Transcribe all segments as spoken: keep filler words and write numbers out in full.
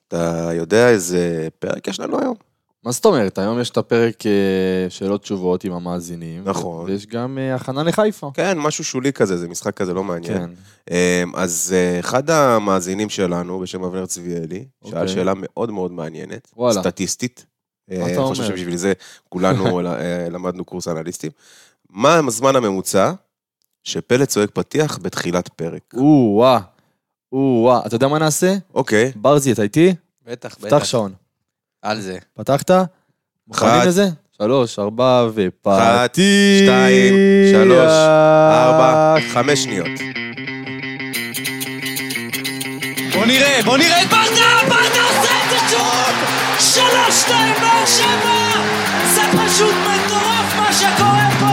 אתה יודע איזה פרק יש לנו היום? מה זאת אומרת? היום יש את הפרק שאלות תשובות עם המאזינים. נכון. ויש גם הכנה לחיפה. כן, משהו שולי כזה, זה משחק כזה לא מעניין. כן. אז אחד המאזינים שלנו, בשם אבנר צביאלי, שאל אוקיי. שאלה מאוד מאוד מעניינת, וואלה. סטטיסטית. מה אתה אני אומר? חושב שבשביל זה כולנו למדנו קורס אנליסטים. מה הזמן הממוצע שפלד צועק פתיח בתחילת פרק? או-אה, או-אה. אתה יודע מה נעשה? אוקיי. ברזי, אתה איתי? בטח, בטח. פתח שעון. על זה. פתחת? מוכנים לזה? שלוש, ארבע ופתיח. אחת, שתיים, שלוש, ארבע, חמש שניות. בוא נראה, בוא נראה את ברדה, ברדה עושה את זה שוב! שלוש, שתיים, באר שבע! זה פשוט מטורף מה שקורה פה!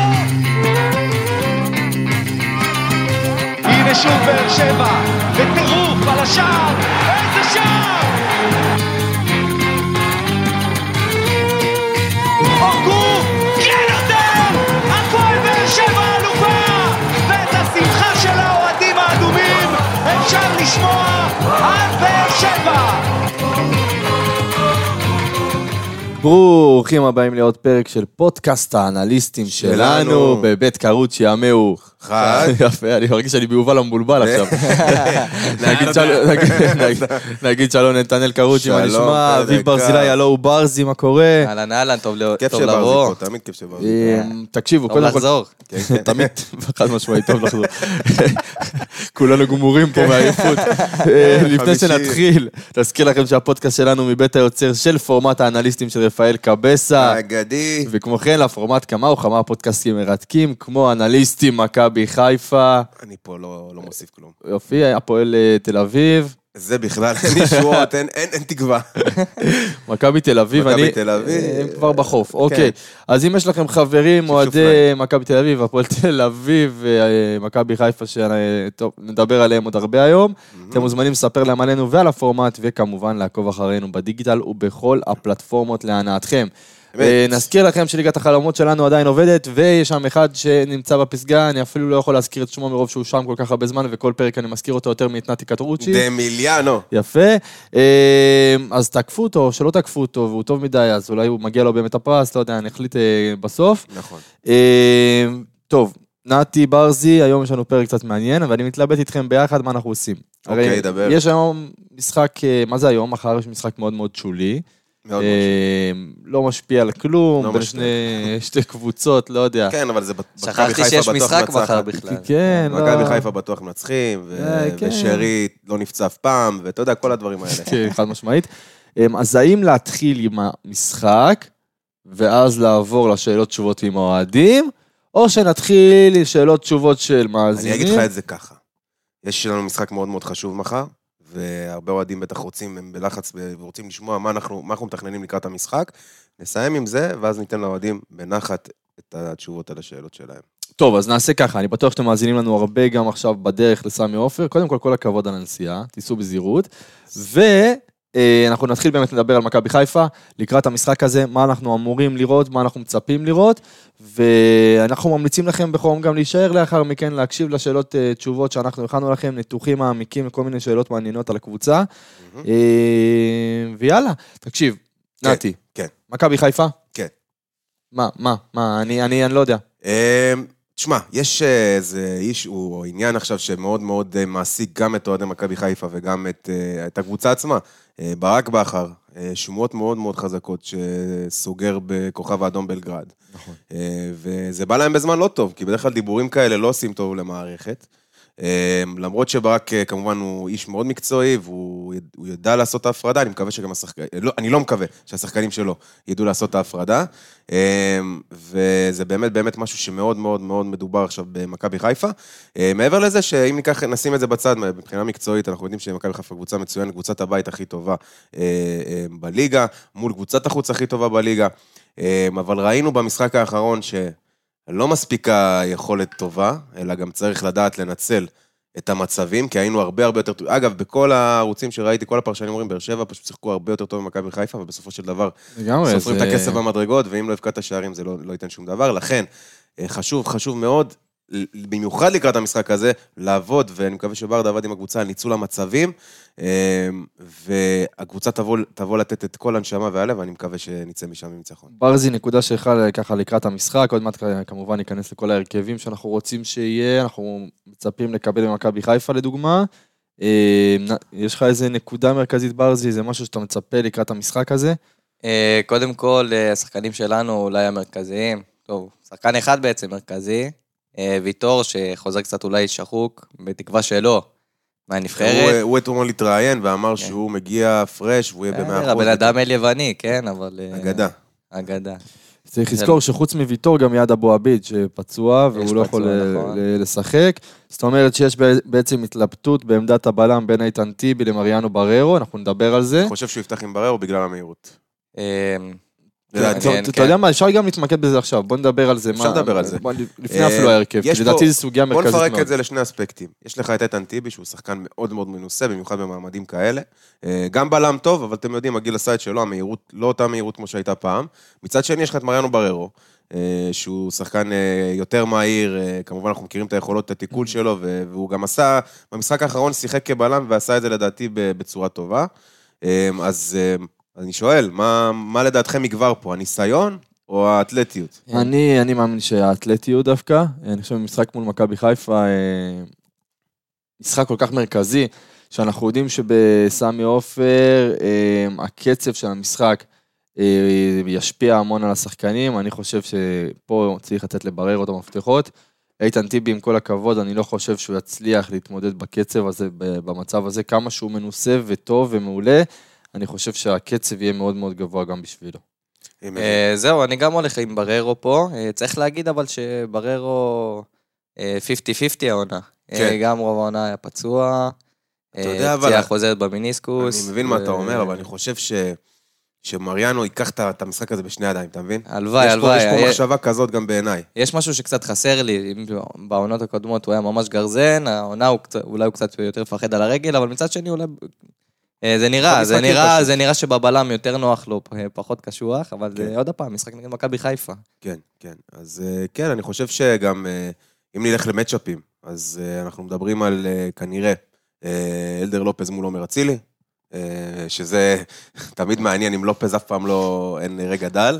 הנה שוב באר שבע, בטירוף על השער! איזה שער! אורגו, כן יותר! הפועל באר שבע אלופה! ואת השמחה של האוהדים האדומים אפשר לשמוע על באר שבע! ברוכים הבאים לעוד פרק של פודקאסט האנליסטים שלנו בבית קרות שיאמרו. אחד. יפה, אני מרגיש שאני ביובל המבולבל עכשיו. נגיד שלום נתנאל קרוצ'י, מה נשמע? אביב ברזילי, הלו הוא ברזי, מה קורה? אהלן, אהלן, טוב לבוא. כיף שברזי פה, תמיד כיף שברזי. תקשיבו, טוב לחזור. תמיד, חד משמעי, טוב לחזור. כולנו גמורים פה מהעייפות. לפני שנתחיל, תזכיר לכם שהפודקאסט שלנו מבית היוצר של פורמט האנליסטים של רפאל קבסה. אגדי. וכמו כן, לפורמט כמה וכמה פודקאסטים מרתקים, כמו אנליסטים מכבי חיפה. אני פה לא מוסיף כלום. יופי, הפועל תל אביב. זה בכלל, אין ישועות, אין תקווה. מכבי תל אביב, מכבי תל אביב. הם כבר בחוף, אוקיי. אז אם יש לכם חברים, אוהדי מכבי תל אביב, הפועל תל אביב, מכבי חיפה, שנדבר עליהם עוד הרבה היום, אתם מוזמנים לספר להם עלינו ועל הפורמט, וכמובן לעקוב אחרינו בדיגיטל ובכל הפלטפורמות להנאתכם. נזכיר לכם שליגת החלומות שלנו עדיין עובדת, ויש שם אחד שנמצא בפסגה, אני אפילו לא יכול להזכיר את שמו מרוב שהוא שם כל כך הרבה זמן, וכל פרק אני מזכיר אותו יותר מתנתי קטרוצ'י. דמיליאנו. יפה. אז תקפו אותו, שלא תקפו אותו, והוא טוב מדי, אז אולי הוא מגיע לו באמת הפרס, לא יודע, אני החליט בסוף. נכון. טוב, נתי ברזי, היום יש לנו פרק קצת מעניין, ואני מתלבט איתכם ביחד מה אנחנו עושים. אוקיי, דבר. יש היום משחק, מה זה היום? מחר יש משחק מאוד מאוד שולי. לא משפיע על כלום, בין שתי קבוצות, לא יודע. כן, אבל זה שכחתי שיש משחק מחר בכלל. כן, לא. מכבי חיפה בטוח מנצחים, ושרי לא נפצע אף פעם, ואתה יודע, כל הדברים האלה. כן, חד משמעית. אז האם להתחיל עם המשחק, ואז לעבור לשאלות תשובות עם האוהדים, או שנתחיל שאלות תשובות של מאזינים? אני אגיד לך את זה ככה. יש לנו משחק מאוד מאוד חשוב מחר, והרבה אוהדים בטח רוצים, הם בלחץ ורוצים לשמוע מה אנחנו, מה אנחנו מתכננים לקראת המשחק. נסיים עם זה, ואז ניתן לאוהדים בנחת את התשובות על השאלות שלהם. טוב, אז נעשה ככה, אני בטוח שאתם מאזינים לנו הרבה גם עכשיו בדרך לסמי עופר. קודם כל, כל הכבוד על הנסיעה, תיסעו בזהירות. ואנחנו נתחיל באמת לדבר על מכבי חיפה, לקראת המשחק הזה, מה אנחנו אמורים לראות, מה אנחנו מצפים לראות, ואנחנו ממליצים לכם בחום גם להישאר לאחר מכן, להקשיב לשאלות תשובות שאנחנו הכנו לכם, ניתוחים מעמיקים וכל מיני שאלות מעניינות על הקבוצה. ויאללה, תקשיב, נתי. כן. מכבי חיפה? כן. מה, מה, מה, אני, אני, אני לא יודע. תשמע, יש איזה איש, הוא עניין עכשיו שמאוד מאוד מעסיק גם את אוהדי מכבי חיפה וגם את, את הקבוצה עצמה. ברק בכר, שמועות מאוד מאוד חזקות שסוגר בכוכב האדום בלגרד. נכון. וזה בא להם בזמן לא טוב, כי בדרך כלל דיבורים כאלה לא עושים טוב למערכת. למרות שברק כמובן הוא איש מאוד מקצועי, והוא ידע לעשות את ההפרדה, אני מקווה שגם השחקנים, לא, אני לא מקווה שהשחקנים שלו ידעו לעשות את ההפרדה, וזה באמת באמת משהו שמאוד מאוד מאוד מדובר עכשיו במכבי חיפה. מעבר לזה שאם ניקח, נשים את זה בצד, מבחינה מקצועית, אנחנו יודעים שמכבי חיפה קבוצה מצוינת, קבוצת הבית הכי טובה בליגה, מול קבוצת החוץ הכי טובה בליגה, אבל ראינו במשחק האחרון ש... לא מספיקה יכולת טובה, אלא גם צריך לדעת לנצל את המצבים, כי היינו הרבה הרבה יותר טוב. אגב, בכל הערוצים שראיתי, כל הפרשנים אומרים, באר שבע פשוט שיחקו הרבה יותר טוב ממכבי חיפה, ובסופו של דבר סופרים את הכסף במדרגות, ואם לא יבקע את השערים זה לא, לא ייתן שום דבר. לכן, חשוב, חשוב מאוד במיוחד לקראת המשחק הזה, לעבוד, ואני מקווה שברדה עבד עם הקבוצה על ניצול המצבים, והקבוצה תבוא, תבוא לתת את כל הנשמה והלב, ואני מקווה שנצא משם עם ניצחון. ברזי, נקודה שלך ככה לקראת המשחק, עוד מעט כמובן ניכנס לכל ההרכבים שאנחנו רוצים שיהיה, אנחנו מצפים לקבל במכבי חיפה לדוגמה, יש לך איזה נקודה מרכזית ברזי, זה משהו שאתה מצפה לקראת המשחק הזה? קודם כל, השחקנים שלנו אולי המרכזיים, טוב, שחקן אחד בעצם מרכזי, ויטור שחוזר קצת אולי שחוק, בתקווה שלא, מהנבחרת. הוא אתמול התראיין ואמר שהוא מגיע פרש, והוא יהיה במאה אחוז. הבן אדם אל יווני, כן, אבל... אגדה. אגדה. צריך לזכור שחוץ מוויטור גם יד אבו עביד שפצוע, והוא לא יכול לשחק. זאת אומרת שיש בעצם התלבטות בעמדת הבלם בין איתן טיבי למריאנו בררו, אנחנו נדבר על זה. אני חושב שהוא יפתח עם בררו בגלל המהירות. אתה יודע מה, אפשר גם להתמקד בזה עכשיו, בוא נדבר על זה. אפשר לדבר על זה. לפני אפילו ההרכב, כי לדעתי זו סוגיה מרכזית מאוד. בוא נפרק את זה לשני אספקטים. יש לך את איתן טיבי, שהוא שחקן מאוד מאוד מנוסה, במיוחד במעמדים כאלה. גם בלם טוב, אבל אתם יודעים, הגיל עשה את שלו, המהירות, לא אותה מהירות כמו שהייתה פעם. מצד שני, יש לך את מריאנו בררו, שהוא שחקן יותר מהיר, כמובן אנחנו מכירים את היכולות, את התיקול שלו, והוא גם עשה, במשחק האחרון שיחק כבלם, ועשה את זה לדעתי בצורה טובה. אז אני שואל, מה, מה לדעתכם יגבר פה, הניסיון או האתלטיות? אני, אני מאמין שהאתלטיות דווקא, אני חושב במשחק מול מכבי חיפה, משחק כל כך מרכזי, שאנחנו יודעים שבסמי עופר, הקצב של המשחק ישפיע המון על השחקנים, אני חושב שפה צריך לתת לברר את המפתחות, איתן טיבי עם כל הכבוד, אני לא חושב שהוא יצליח להתמודד בקצב הזה, במצב הזה, כמה שהוא מנוסה וטוב ומעולה, אני חושב שהקצב יהיה מאוד מאוד גבוה גם בשבילו. זהו, אני גם הולך עם בררו פה, צריך להגיד אבל שבררו חמישים חמישים העונה, גם רוב העונה היה פצוע, פציעה חוזרת במיניסקוס. אני מבין מה אתה אומר, אבל אני חושב שמריאנו ייקח את המשחק הזה בשני ידיים, אתה מבין? הלוואי, הלוואי. יש פה מחשבה כזאת גם בעיניי. יש משהו שקצת חסר לי, בעונות הקודמות הוא היה ממש גרזן, העונה אולי הוא קצת יותר פחד על הרגל, אבל מצד שני אולי... זה נראה, זה נראה, זה נראה שבבלם יותר נוח לו, פחות קשוח, אבל זה עוד הפעם, משחק נגד מכבי חיפה. כן, כן. אז כן, אני חושב שגם, אם נלך למצ'אפים, אז אנחנו מדברים על כנראה אלדר לופז מול עומר אצילי, שזה תמיד מעניין, אם לופז אף פעם לא, אין רגע דל.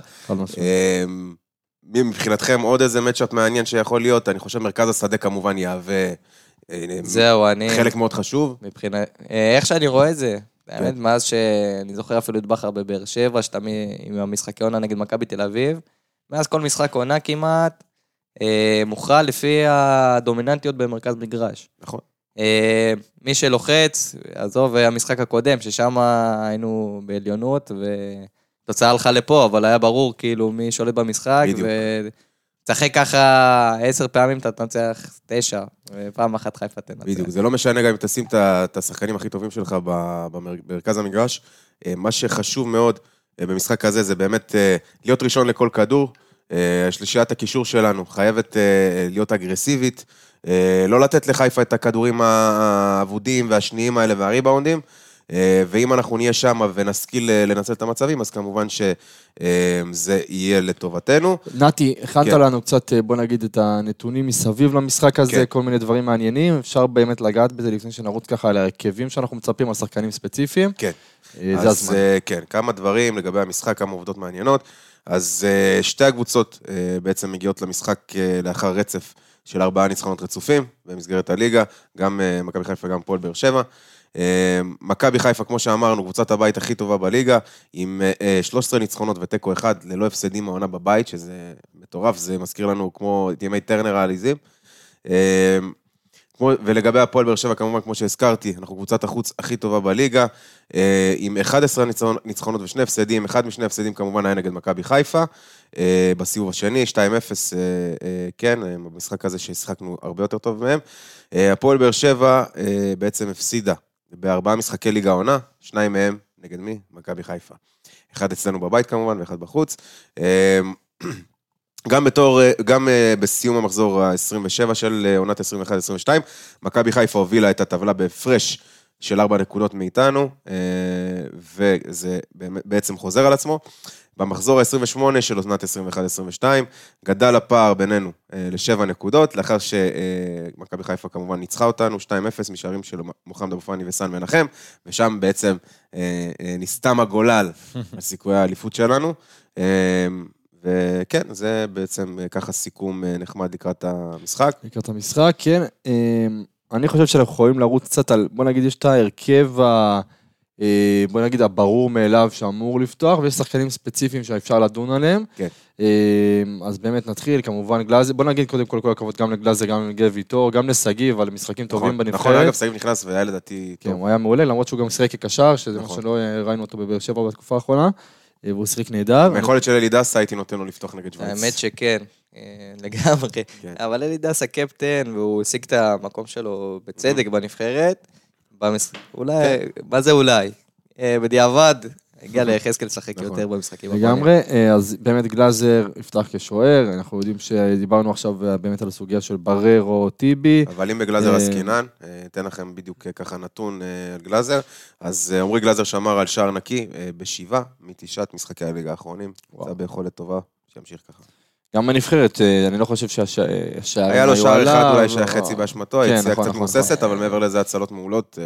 מבחינתכם עוד איזה מצ'אפ מעניין שיכול להיות, אני חושב מרכז השדה כמובן יהווה זהו, אני... חלק מאוד חשוב. מבחינת... איך שאני רואה את זה, באמת, מאז שאני זוכר אפילו את בכר בבאר שבע, שתמיד עם המשחקי עונה נגד מכבי תל אביב, מאז כל משחק עונה כמעט, מוכרע לפי הדומיננטיות במרכז מגרש. נכון. מי שלוחץ, עזוב, המשחק הקודם, ששם היינו בעליונות, ותוצאה הלכה לפה, אבל היה ברור כאילו מי שולט במשחק, ו... תשחק ככה עשר פעמים, אתה תנצח תשע, ופעם אחת חיפה תנצח. בדיוק, זה לא משנה גם אם תשים את השחקנים הכי טובים שלך במרכז המגרש. מה שחשוב מאוד במשחק הזה, זה באמת להיות ראשון לכל כדור. השלישיית הקישור שלנו חייבת להיות אגרסיבית, לא לתת לחיפה את הכדורים העבודים והשניים האלה והריבאונדים, ואם אנחנו נהיה שם ונסקיל לנצל את המצבים, אז כמובן שזה יהיה לטובתנו. נתי, הכנת לנו קצת, בוא נגיד, את הנתונים מסביב למשחק הזה, כל מיני דברים מעניינים, אפשר באמת לגעת בזה לפני שנרוץ ככה על הרכבים שאנחנו מצפים על שחקנים ספציפיים. כן. זה הזמן. כן, כמה דברים לגבי המשחק, כמה עובדות מעניינות. אז שתי הקבוצות בעצם מגיעות למשחק לאחר רצף של ארבעה ניצחונות רצופים במסגרת הליגה, גם מכבי חיפה, גם הפועל באר שבע. מכבי חיפה, כמו שאמרנו, קבוצת הבית הכי טובה בליגה, עם שלוש עשרה ניצחונות ותיקו אחד, ללא הפסדים העונה בבית, שזה מטורף, זה מזכיר לנו כמו את ימי טרנר העליזים. ולגבי הפועל באר שבע, כמובן, כמו שהזכרתי, אנחנו קבוצת החוץ הכי טובה בליגה, עם אחד עשר ניצחונות ושני הפסדים, אחד משני הפסדים כמובן היה נגד מכבי חיפה, בסיבוב השני, שתיים אפס, כן, במשחק הזה שהשחקנו הרבה יותר טוב מהם. הפועל באר שבע בעצם הפסידה בארבעה משחקי ליגה עונה, שניים מהם נגד מי? מכבי חיפה. אחד אצלנו בבית כמובן, ואחד בחוץ. גם בתור, גם בסיום המחזור ה-עשרים ושבע של עונת עשרים ואחת עשרים ושתיים, מכבי חיפה הובילה את הטבלה בהפרש של ארבע נקודות מאיתנו, וזה בעצם חוזר על עצמו. במחזור ה-עשרים ושמונה של עונת עשרים ואחת עשרים ושתיים, גדל הפער בינינו לשבע נקודות, לאחר שמכבי חיפה כמובן ניצחה אותנו, שתיים אפס משערים של מוחמד אבו פאני וסן מנחם, ושם בעצם נסתם הגולל על סיכויי האליפות שלנו, וכן, זה בעצם ככה סיכום נחמד לקראת המשחק. לקראת המשחק, כן. אני חושב שאנחנו יכולים לרוץ קצת על, בוא נגיד, יש את ההרכב ה... בוא נגיד, הברור מאליו שאמור לפתוח, ויש שחקנים ספציפיים שאפשר לדון עליהם. כן. אז באמת נתחיל, כמובן גלאזר, בוא נגיד קודם כל כל הכבוד גם לגלאזר, גם לגל ויטור, גם לסגיב, על משחקים טובים בנבחרת. נכון, אגב, סגיב נכנס והיה לדעתי טוב. כן, הוא היה מעולה, למרות שהוא גם שחק כקשר, שזה מה שלא ראינו אותו בבאר שבע בתקופה האחרונה, והוא שחק נהדר. מהיכולת של אלי דסה הייתי נותן לו לפתוח נגד שווייץ. האמת שכן, לגמרי. אבל אלי דסה קפטן, והוא השיג את המקום שלו בצדק בנבחרת. אולי, מה זה אולי? בדיעבד, הגיע ליחזקאל לשחק יותר במשחקים. לגמרי, אז באמת גלאזר יפתח כשוער, אנחנו יודעים שדיברנו עכשיו באמת על הסוגיה של בררו, טיבי. אבל אם בגלאזר עסקינן, אתן לכם בדיוק ככה נתון על גלאזר, אז עמרי גלאזר שמר על שער נקי בשבעה, מתשעת משחקי הליגה האחרונים, זה ביכולת טובה, שימשיך ככה. גם בנבחרת, אני לא חושב שהשערים... היה לו שער אחד, אולי שהיה חצי באשמתו, היציאה קצת מוססת, אבל מעבר לזה הצלות מעולות.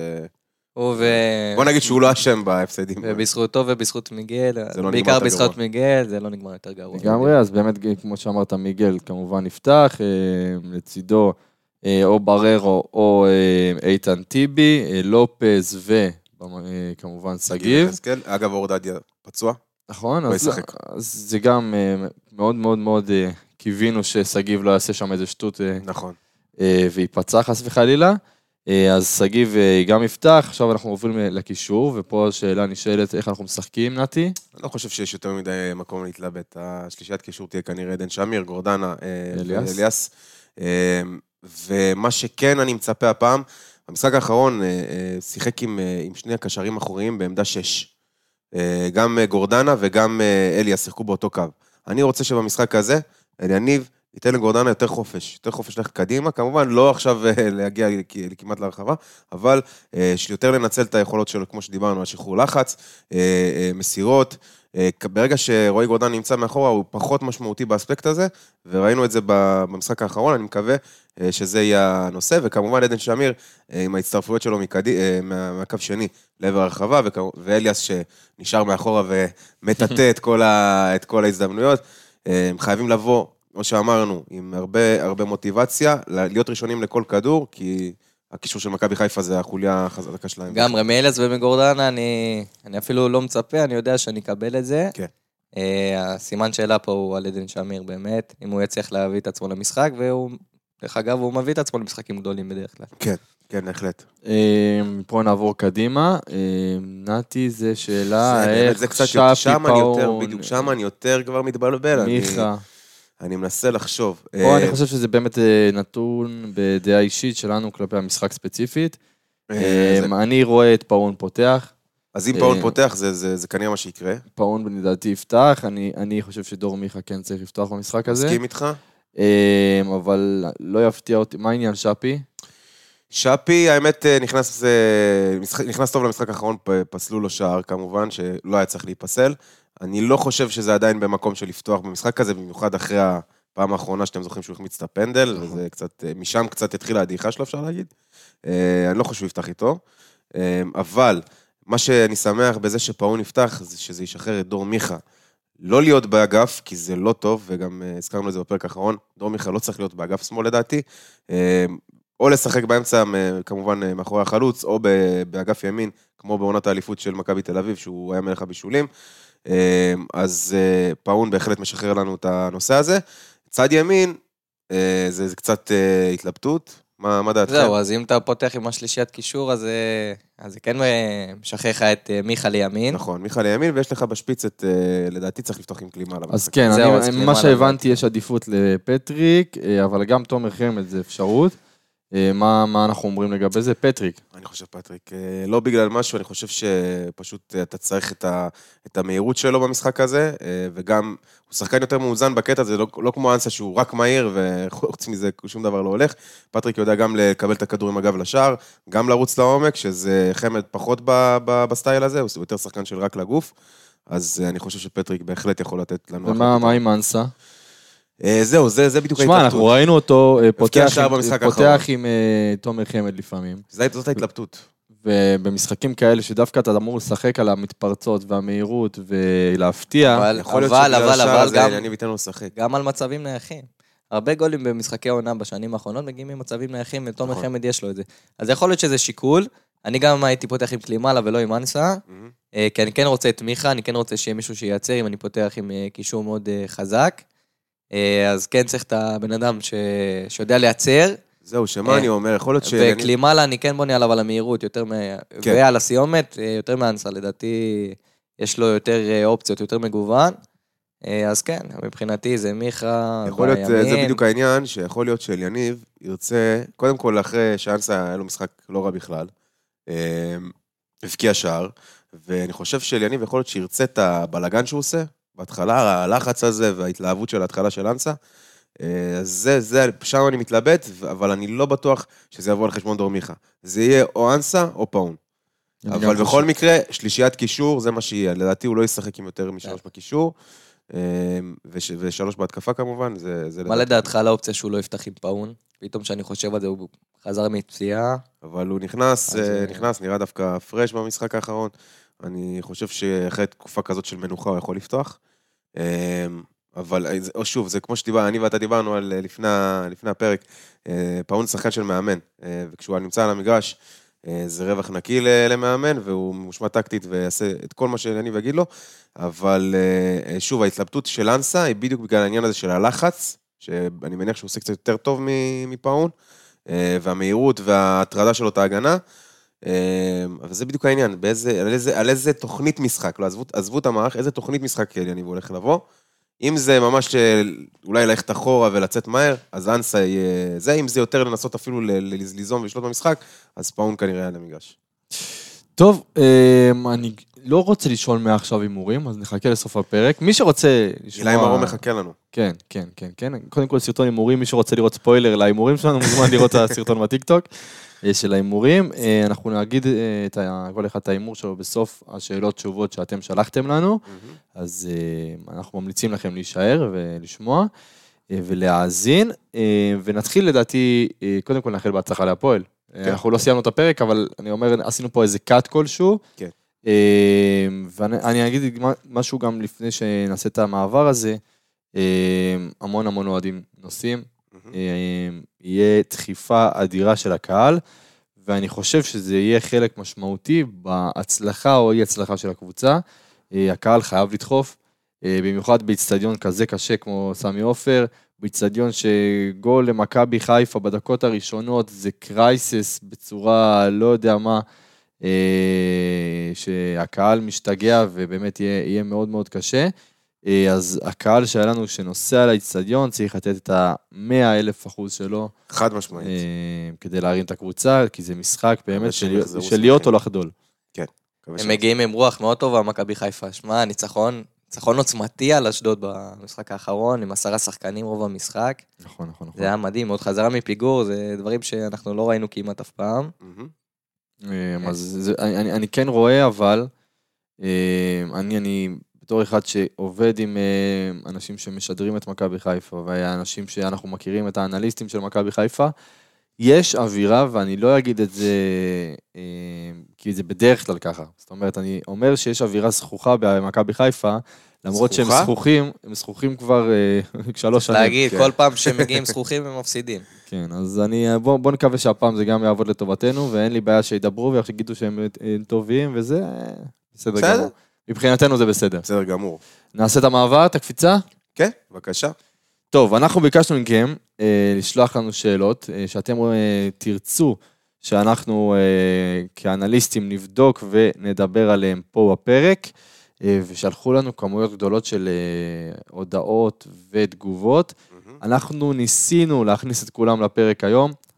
בוא נגיד שהוא לא אשם בהפסדים. ובזכותו ובזכות מיגל, בעיקר בזכות מיגל, זה לא נגמר יותר גרוע. לגמרי, אז באמת, כמו שאמרת, מיגל כמובן נפתח, לצידו או בררו או איתן טיבי, לופז וכמובן סגיב. אגב, אורדדיה פצוע. נכון, אז זה גם מאוד מאוד מאוד קיווינו שסגיב לא יעשה שם איזה שטות. נכון. ויפצע חס וחלילה. אז סגיב גם יפתח, עכשיו אנחנו עוברים לקישור, ופה השאלה נשאלת איך אנחנו משחקים, נתי? אני לא חושב שיש יותר מדי מקום להתלבט. השלישיית קישור תהיה כנראה עדן שמיר, גורדנה, אליאס. ומה שכן אני מצפה הפעם, במשחק האחרון שיחק עם שני הקשרים אחוריים בעמדה שש. גם גורדנה וגם אליאס שיחקו באותו קו. אני רוצה שבמשחק הזה, אליניב, ייתן לגורדנה יותר חופש, יותר חופש ללכת קדימה, כמובן לא עכשיו להגיע כמעט להרחבה, אבל יותר לנצל את היכולות שלו, כמו שדיברנו, השחרור לחץ, מסירות, ברגע שרועי גורדנה נמצא מאחורה, הוא פחות משמעותי באספקט הזה, וראינו את זה במשחק האחרון, אני מקווה שזה יהיה הנושא, וכמובן עדן שמיר, עם ההצטרפויות שלו מהקו שני לעבר הרחבה, ואליאס שנשאר מאחורה ומטאטא את כל ההזדמנויות, הם חייבים לבוא, כמו שאמרנו, עם הרבה, הרבה מוטיבציה, להיות ראשונים לכל כדור, כי הקישור של מכבי חיפה זה החוליה החזקה שלהם. גם רמיאלס ומגורדנה, אני, אני אפילו לא מצפה, אני יודע שאני אקבל את זה. כן. הסימן שאלה פה הוא על עדן שמיר באמת, אם הוא יצליח להביא את עצמו למשחק, והוא, דרך אגב, הוא מביא את עצמו למשחקים גדולים בדרך כלל. כן, כן, בהחלט. פה נעבור קדימה. נתי, זה שאלה, איך שפי פאון... בדיוק שם אני יותר כבר מתבלבל. מיכה. אני מנסה לחשוב. פה אני חושב שזה באמת נתון בדעה אישית שלנו כלפי המשחק ספציפית. אני רואה את פאון פותח. אז אם פאון פותח, זה כנראה מה שיקרה. פאון לדעתי יפתח, אני חושב שדור מיכה כן צריך לפתוח במשחק הזה. מסכים איתך? אבל לא יפתיע אותי. מה העניין שפי? שפי, האמת, נכנס, נכנס טוב למשחק האחרון, פסלו לו שער, כמובן, שלא היה צריך להיפסל. אני לא חושב שזה עדיין במקום של לפתוח במשחק הזה, במיוחד אחרי הפעם האחרונה שאתם זוכרים שהוא החמיץ את הפנדל, וזה קצת, משם קצת התחילה הדעיכה שלו, אפשר להגיד. אני לא חושב שהוא יפתח איתו, אבל מה שאני שמח בזה שפאון יפתח, זה שזה ישחרר את דור מיכה. לא להיות באגף, כי זה לא טוב, וגם הזכרנו את זה בפרק האחרון, דור מיכה לא צריך להיות באגף שמאל לדעתי, או לשחק באמצע, כמובן מאחורי החלוץ, או באגף ימין, כמו בעונת האליפות של מכבי תל אביב, שהוא היה מלך הבישולים. אז פאון בהחלט משחרר לנו את הנושא הזה. צד ימין, זה, זה קצת התלבטות. מה, מה דעתכם? זהו, אז אם אתה פותח עם השלישיית קישור, אז, אז זה כן משחרר לך את מיכה לימין. נכון, מיכה לימין, ויש לך בשפיץ את, לדעתי צריך לפתוח עם כלימה. אז כן, זהו, אני, מה שהבנתי, יש עדיפות לפטריק, אבל גם תומר חרמד זה אפשרות. מה, מה אנחנו אומרים לגבי זה? פטריק. אני חושב פטריק, לא בגלל משהו, אני חושב שפשוט אתה צריך את, ה, את המהירות שלו במשחק הזה, וגם הוא שחקן יותר מאוזן בקטע, זה לא, לא כמו אנסה שהוא רק מהיר, וחוץ מזה שום דבר לא הולך. פטריק יודע גם לקבל את הכדור עם הגב לשער, גם לרוץ לעומק, שזה חמד פחות ב, ב, בסטייל הזה, הוא יותר שחקן של רק לגוף, אז אני חושב שפטריק בהחלט יכול לתת לנו... ומה מה עם אנסה? זהו, זה, זה בדיוק ההתלבטות. שמע, אנחנו ראינו אותו פותח עם, פותח עם uh, תומר חמד לפעמים. זאת ההתלבטות. ובמשחקים כאלה שדווקא אתה אמור לשחק על המתפרצות והמהירות ולהפתיע. אבל, אבל, אבל, אבל גם, אני ויתן לו לשחק. גם על מצבים נייחים. הרבה גולים במשחקי העונה בשנים האחרונות מגיעים ממצבים נייחים, ותומר נכון. חמד יש לו את זה. אז יכול להיות שזה שיקול. אני גם הייתי פותח עם קלימאלה ולא עם אנסה, mm-hmm. כי אני כן רוצה את מיכה, אני כן רוצה שיהיה מישהו שייצר, אם אני פותח עם קישור מאוד חזק. אז כן צריך את הבן אדם ש... שיודע לייצר. זהו, שמה אני אומר, יכול להיות ש... וקלימאלה אני כן בונה עליו על המהירות, יותר מ... כן. ועל הסיומת, יותר מאנסה, לדעתי יש לו יותר אופציות, יותר מגוון. אז כן, מבחינתי זה מיכה יכול להיות, בימין. זה בדיוק העניין, שיכול להיות של יניב ירצה, קודם כל אחרי שאנסה היה לו משחק לא רע בכלל, הבקיע שער, ואני חושב של יניב יכול להיות שירצה את הבלגן שהוא עושה, בהתחלה, הלחץ הזה וההתלהבות של ההתחלה של אנסה, זה, זה, שם אני מתלבט, אבל אני לא בטוח שזה יבוא על חשבון דור מיכה. זה יהיה או אנסה או פאון. אבל בכל מקרה, שלישיית קישור, זה מה שיהיה. לדעתי הוא לא ישחק עם יותר משלוש בקישור, ושלוש בהתקפה כמובן. מה לדעתך על האופציה שהוא לא יפתח עם פאון? פתאום שאני חושב על זה, הוא חזר מפציעה. אבל הוא נכנס, נכנס, נראה דווקא פרש במשחק האחרון. אני חושב שאחרי תקופה כזאת של מנוחה הוא יכול לפתוח. אבל, או שוב, זה כמו שדיבר, אני ואתה דיברנו על לפני, לפני הפרק, פאון שחקן של מאמן, וכשהוא נמצא על המגרש, זה רווח נקי למאמן, והוא מושמע טקטית ויעשה את כל מה שאני אגיד לו, אבל שוב, ההתלבטות של אנסה היא בדיוק בגלל העניין הזה של הלחץ, שאני מניח שהוא עושה קצת יותר טוב מפאון, והמהירות וההטרדה שלו את ההגנה, אבל זה בדיוק העניין, באיזה, על, איזה, על איזה תוכנית משחק, לא, עזבו, עזבו את המערך, איזה תוכנית משחק אני הולך לבוא, אם זה ממש אולי ללכת אחורה ולצאת מהר, אז אנסה יהיה זה, אם זה יותר לנסות אפילו ליזום ולשלוט במשחק, אז פאון כנראה על המגרש. טוב, אני לא רוצה לשאול מעכשיו הימורים, אז נחכה לסוף הפרק. מי שרוצה לשמוע... אילי מרום מחכה לנו. כן, כן, כן, כן. קודם כל סרטון הימורים, מי שרוצה לראות ספוילר להימורים שלנו, מוזמן לראות את הסרטון בטיקטוק של ההימורים. אנחנו נגיד את כל אחד את ההימור שלו בסוף השאלות תשובות שאתם שלחתם לנו, אז אנחנו ממליצים לכם להישאר ולשמוע ולהאזין, ונתחיל לדעתי, קודם כל נאחל בהצלחה להפועל. אנחנו לא סיימנו את הפרק, אבל אני אומר, עשינו פה איזה קאט כלשהו, ואני אגיד משהו גם לפני שנעשה את המעבר הזה, המון המון אוהדים נוסעים, יהיה דחיפה אדירה של הקהל, ואני חושב שזה יהיה חלק משמעותי בהצלחה או אי הצלחה של הקבוצה, הקהל חייב לדחוף, במיוחד באצטדיון כזה קשה כמו סמי עופר, באצטדיון שגול למכבי חיפה בדקות הראשונות זה קרייסס בצורה לא יודע מה, שהקהל משתגע ובאמת יהיה, יהיה מאוד מאוד קשה, אז הקהל שלנו שנוסע לאצטדיון צריך לתת את ה-מאה אלף אחוז שלו. חד משמעית. כדי להרים את הקבוצה, כי זה משחק באמת של, של להיות או לחדול. כן. הם מגיעים עם רוח מאוד טובה, מכבי חיפה. שמע, ניצחון, ניצחון עוצמתי על אשדוד במשחק האחרון, עם עשרה שחקנים רוב המשחק. נכון, נכון, נכון. זה היה מדהים, מאוד חזרה מפיגור, זה דברים שאנחנו לא ראינו כמעט אף פעם. אז אני, אני כן רואה, אבל אני, אני בתור אחד שעובד עם אנשים שמשדרים את מכבי חיפה, והאנשים שאנחנו מכירים את האנליסטים של מכבי חיפה, יש אווירה, ואני לא אגיד את זה, כי זה בדרך כלל ככה. זאת אומרת, אני אומר שיש אווירה זכוכה במכבי חיפה, למרות שהם זכוכים, הם זכוכים כבר שלוש שנים. להגיד, כל פעם שמגיעים זכוכים הם מפסידים. כן, אז אני, בוא, בוא נקווה שהפעם זה גם יעבוד לטובתנו, ואין לי בעיה שידברו ויגידו שהם טובים, וזה בסדר גמור. מבחינתנו זה בסדר. בסדר גמור. נעשה את המעבר, את הקפיצה? כן, בבקשה. טוב, אנחנו ביקשנו מכם אה, לשלוח לנו שאלות, אה, שאתם אה, תרצו שאנחנו אה, כאנליסטים נבדוק ונדבר עליהם פה בפרק, אה, ושלחו לנו כמויות גדולות של אה, הודעות ותגובות. Mm-hmm. אנחנו ניסינו להכניס את כולם לפרק היום,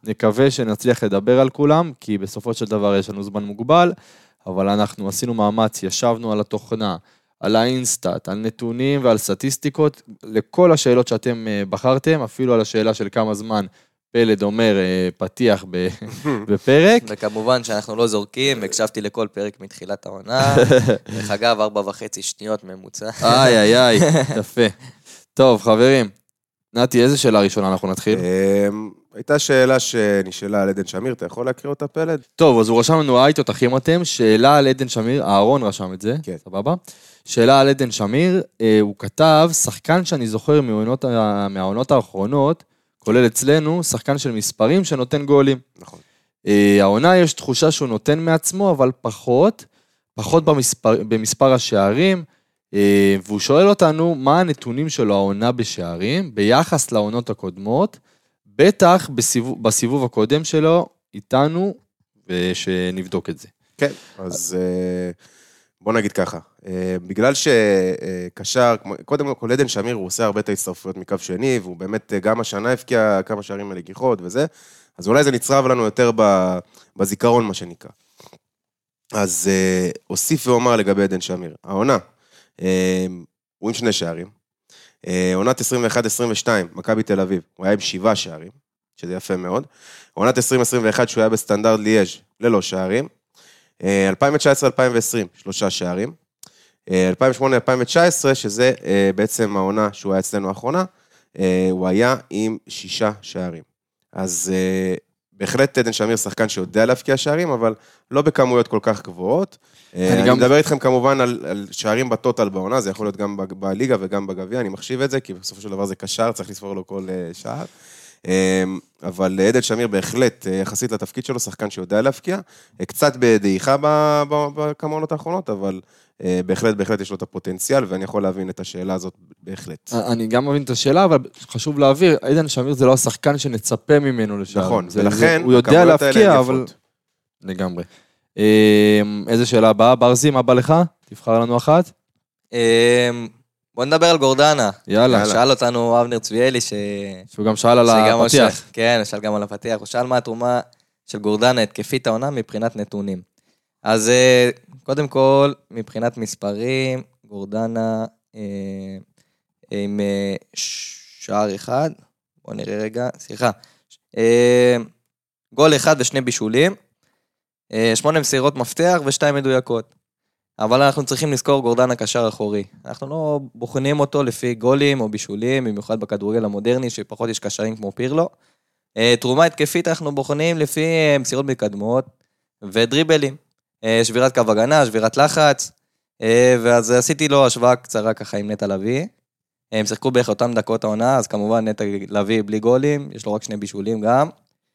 נקווה שנצליח לדבר על כולם, כי בסופו של דבר יש לנו זמן מוגבל, אבל אנחנו עשינו מאמץ, ישבנו על התוכנה, על האינסטאט, על נתונים ועל סטטיסטיקות, לכל השאלות שאתם בחרתם, אפילו על השאלה של כמה זמן פלד אומר פתיח בפרק. וכמובן שאנחנו לא זורקים, הקשבתי לכל פרק מתחילת העונה, דרך אגב, ארבע וחצי שניות ממוצע. איי, איי, איי, יפה. טוב, חברים, נתי, איזה שאלה ראשונה אנחנו נתחיל? הייתה שאלה שנשאלה על עדן שמיר, אתה יכול להקריא אותה פלד? טוב, אז הוא רשם לנו, היי תותחים אתם, שאלה על עדן שמיר, אהרון רשם את זה, סבבה? שאלה על עדן שמיר, הוא כתב, שחקן שאני זוכר מהעונות האחרונות, כולל אצלנו, שחקן של מספרים שנותן גולים. נכון. העונה יש תחושה שהוא נותן מעצמו, אבל פחות, פחות במספר, במספר השערים, והוא שואל אותנו, מה הנתונים שלו העונה בשערים, ביחס לעונות הקודמות, בטח בסיבוב, בסיבוב הקודם שלו, איתנו, ושנבדוק את זה. כן, אז בוא נגיד ככה, בגלל שקשר, קודם כל עדן שמיר הוא עושה הרבה את ההצטרפויות מקו שני, והוא באמת גם השנה הפקיע כמה שערים מלגיחות וזה, אז אולי זה נצרב לנו יותר בזיכרון מה שנקרא. אז הוסיף ואומר לגבי עדן שמיר, העונה, הוא עם שני שערים, עונת עשרים ואחת עשרים ושתיים, מכבי תל אביב, הוא היה עם שבעה שערים, שזה יפה מאוד, עונת עשרים עשרים ואחת שהוא היה בסטנדרט ליאז' ללא שערים, אלפיים תשע עשרה אלפיים ועשרים, שלושה שערים, אלפיים שמונה אלפיים תשע עשרה, שזה בעצם העונה שהוא היה אצלנו האחרונה, הוא היה עם שישה שערים. אז בהחלט עדן שמיר שחקן שיודע להפקיע שערים, אבל לא בכמויות כל כך גבוהות. אני גם מדבר איתכם כמובן על, על שערים בטוטל בעונה, זה יכול להיות גם בליגה וגם בגביע, אני מחשיב את זה, כי בסופו של דבר זה קשר, צריך לספור לו כל שער. אבל עדן שמיר בהחלט, יחסית לתפקיד שלו, שחקן שיודע להפקיע, קצת בדעיכה בכמה עונות האחרונות, אבל בהחלט, בהחלט יש לו את הפוטנציאל, ואני יכול להבין את השאלה הזאת בהחלט. אני גם מבין את השאלה, אבל חשוב להעביר, עדן שמיר זה לא השחקן שנצפה ממנו לשער. נכון, ולכן, הוא יודע להפקיע, אבל... לגמרי. איזה שאלה הבאה? ברזי, מה בא לך? תבחר לנו אחת. בוא נדבר על גורדנה. יאללה. שאל אותנו אבנר צביאלי, ש... שהוא גם שאל על הפתיח. כן, שאל גם על הפתיח. הוא שאל מה התרומה של גורדנה התקפית העונה מבחינת נתונים. אז קודם כל, מבחינת מספרים, גורדנה עם שער אחד, בוא נראה רגע, סליחה, גול אחד ושני בישולים, שמונה מסירות מפתח ושתיים מדויקות. אבל אנחנו צריכים לזכור גורדנה קשר אחורי. אנחנו לא בוחנים אותו לפי גולים או בישולים, במיוחד בכדורגל המודרני, שפחות יש קשרים כמו פירלו. תרומה התקפית אנחנו בוחנים לפי מסירות מקדמות ודריבלים. שבירת קו הגנה, שבירת לחץ, ואז עשיתי לו השוואה קצרה ככה עם נטע לביא. הם שיחקו בערך אותם דקות העונה, אז כמובן נטע לביא בלי גולים, יש לו רק שני בישולים גם.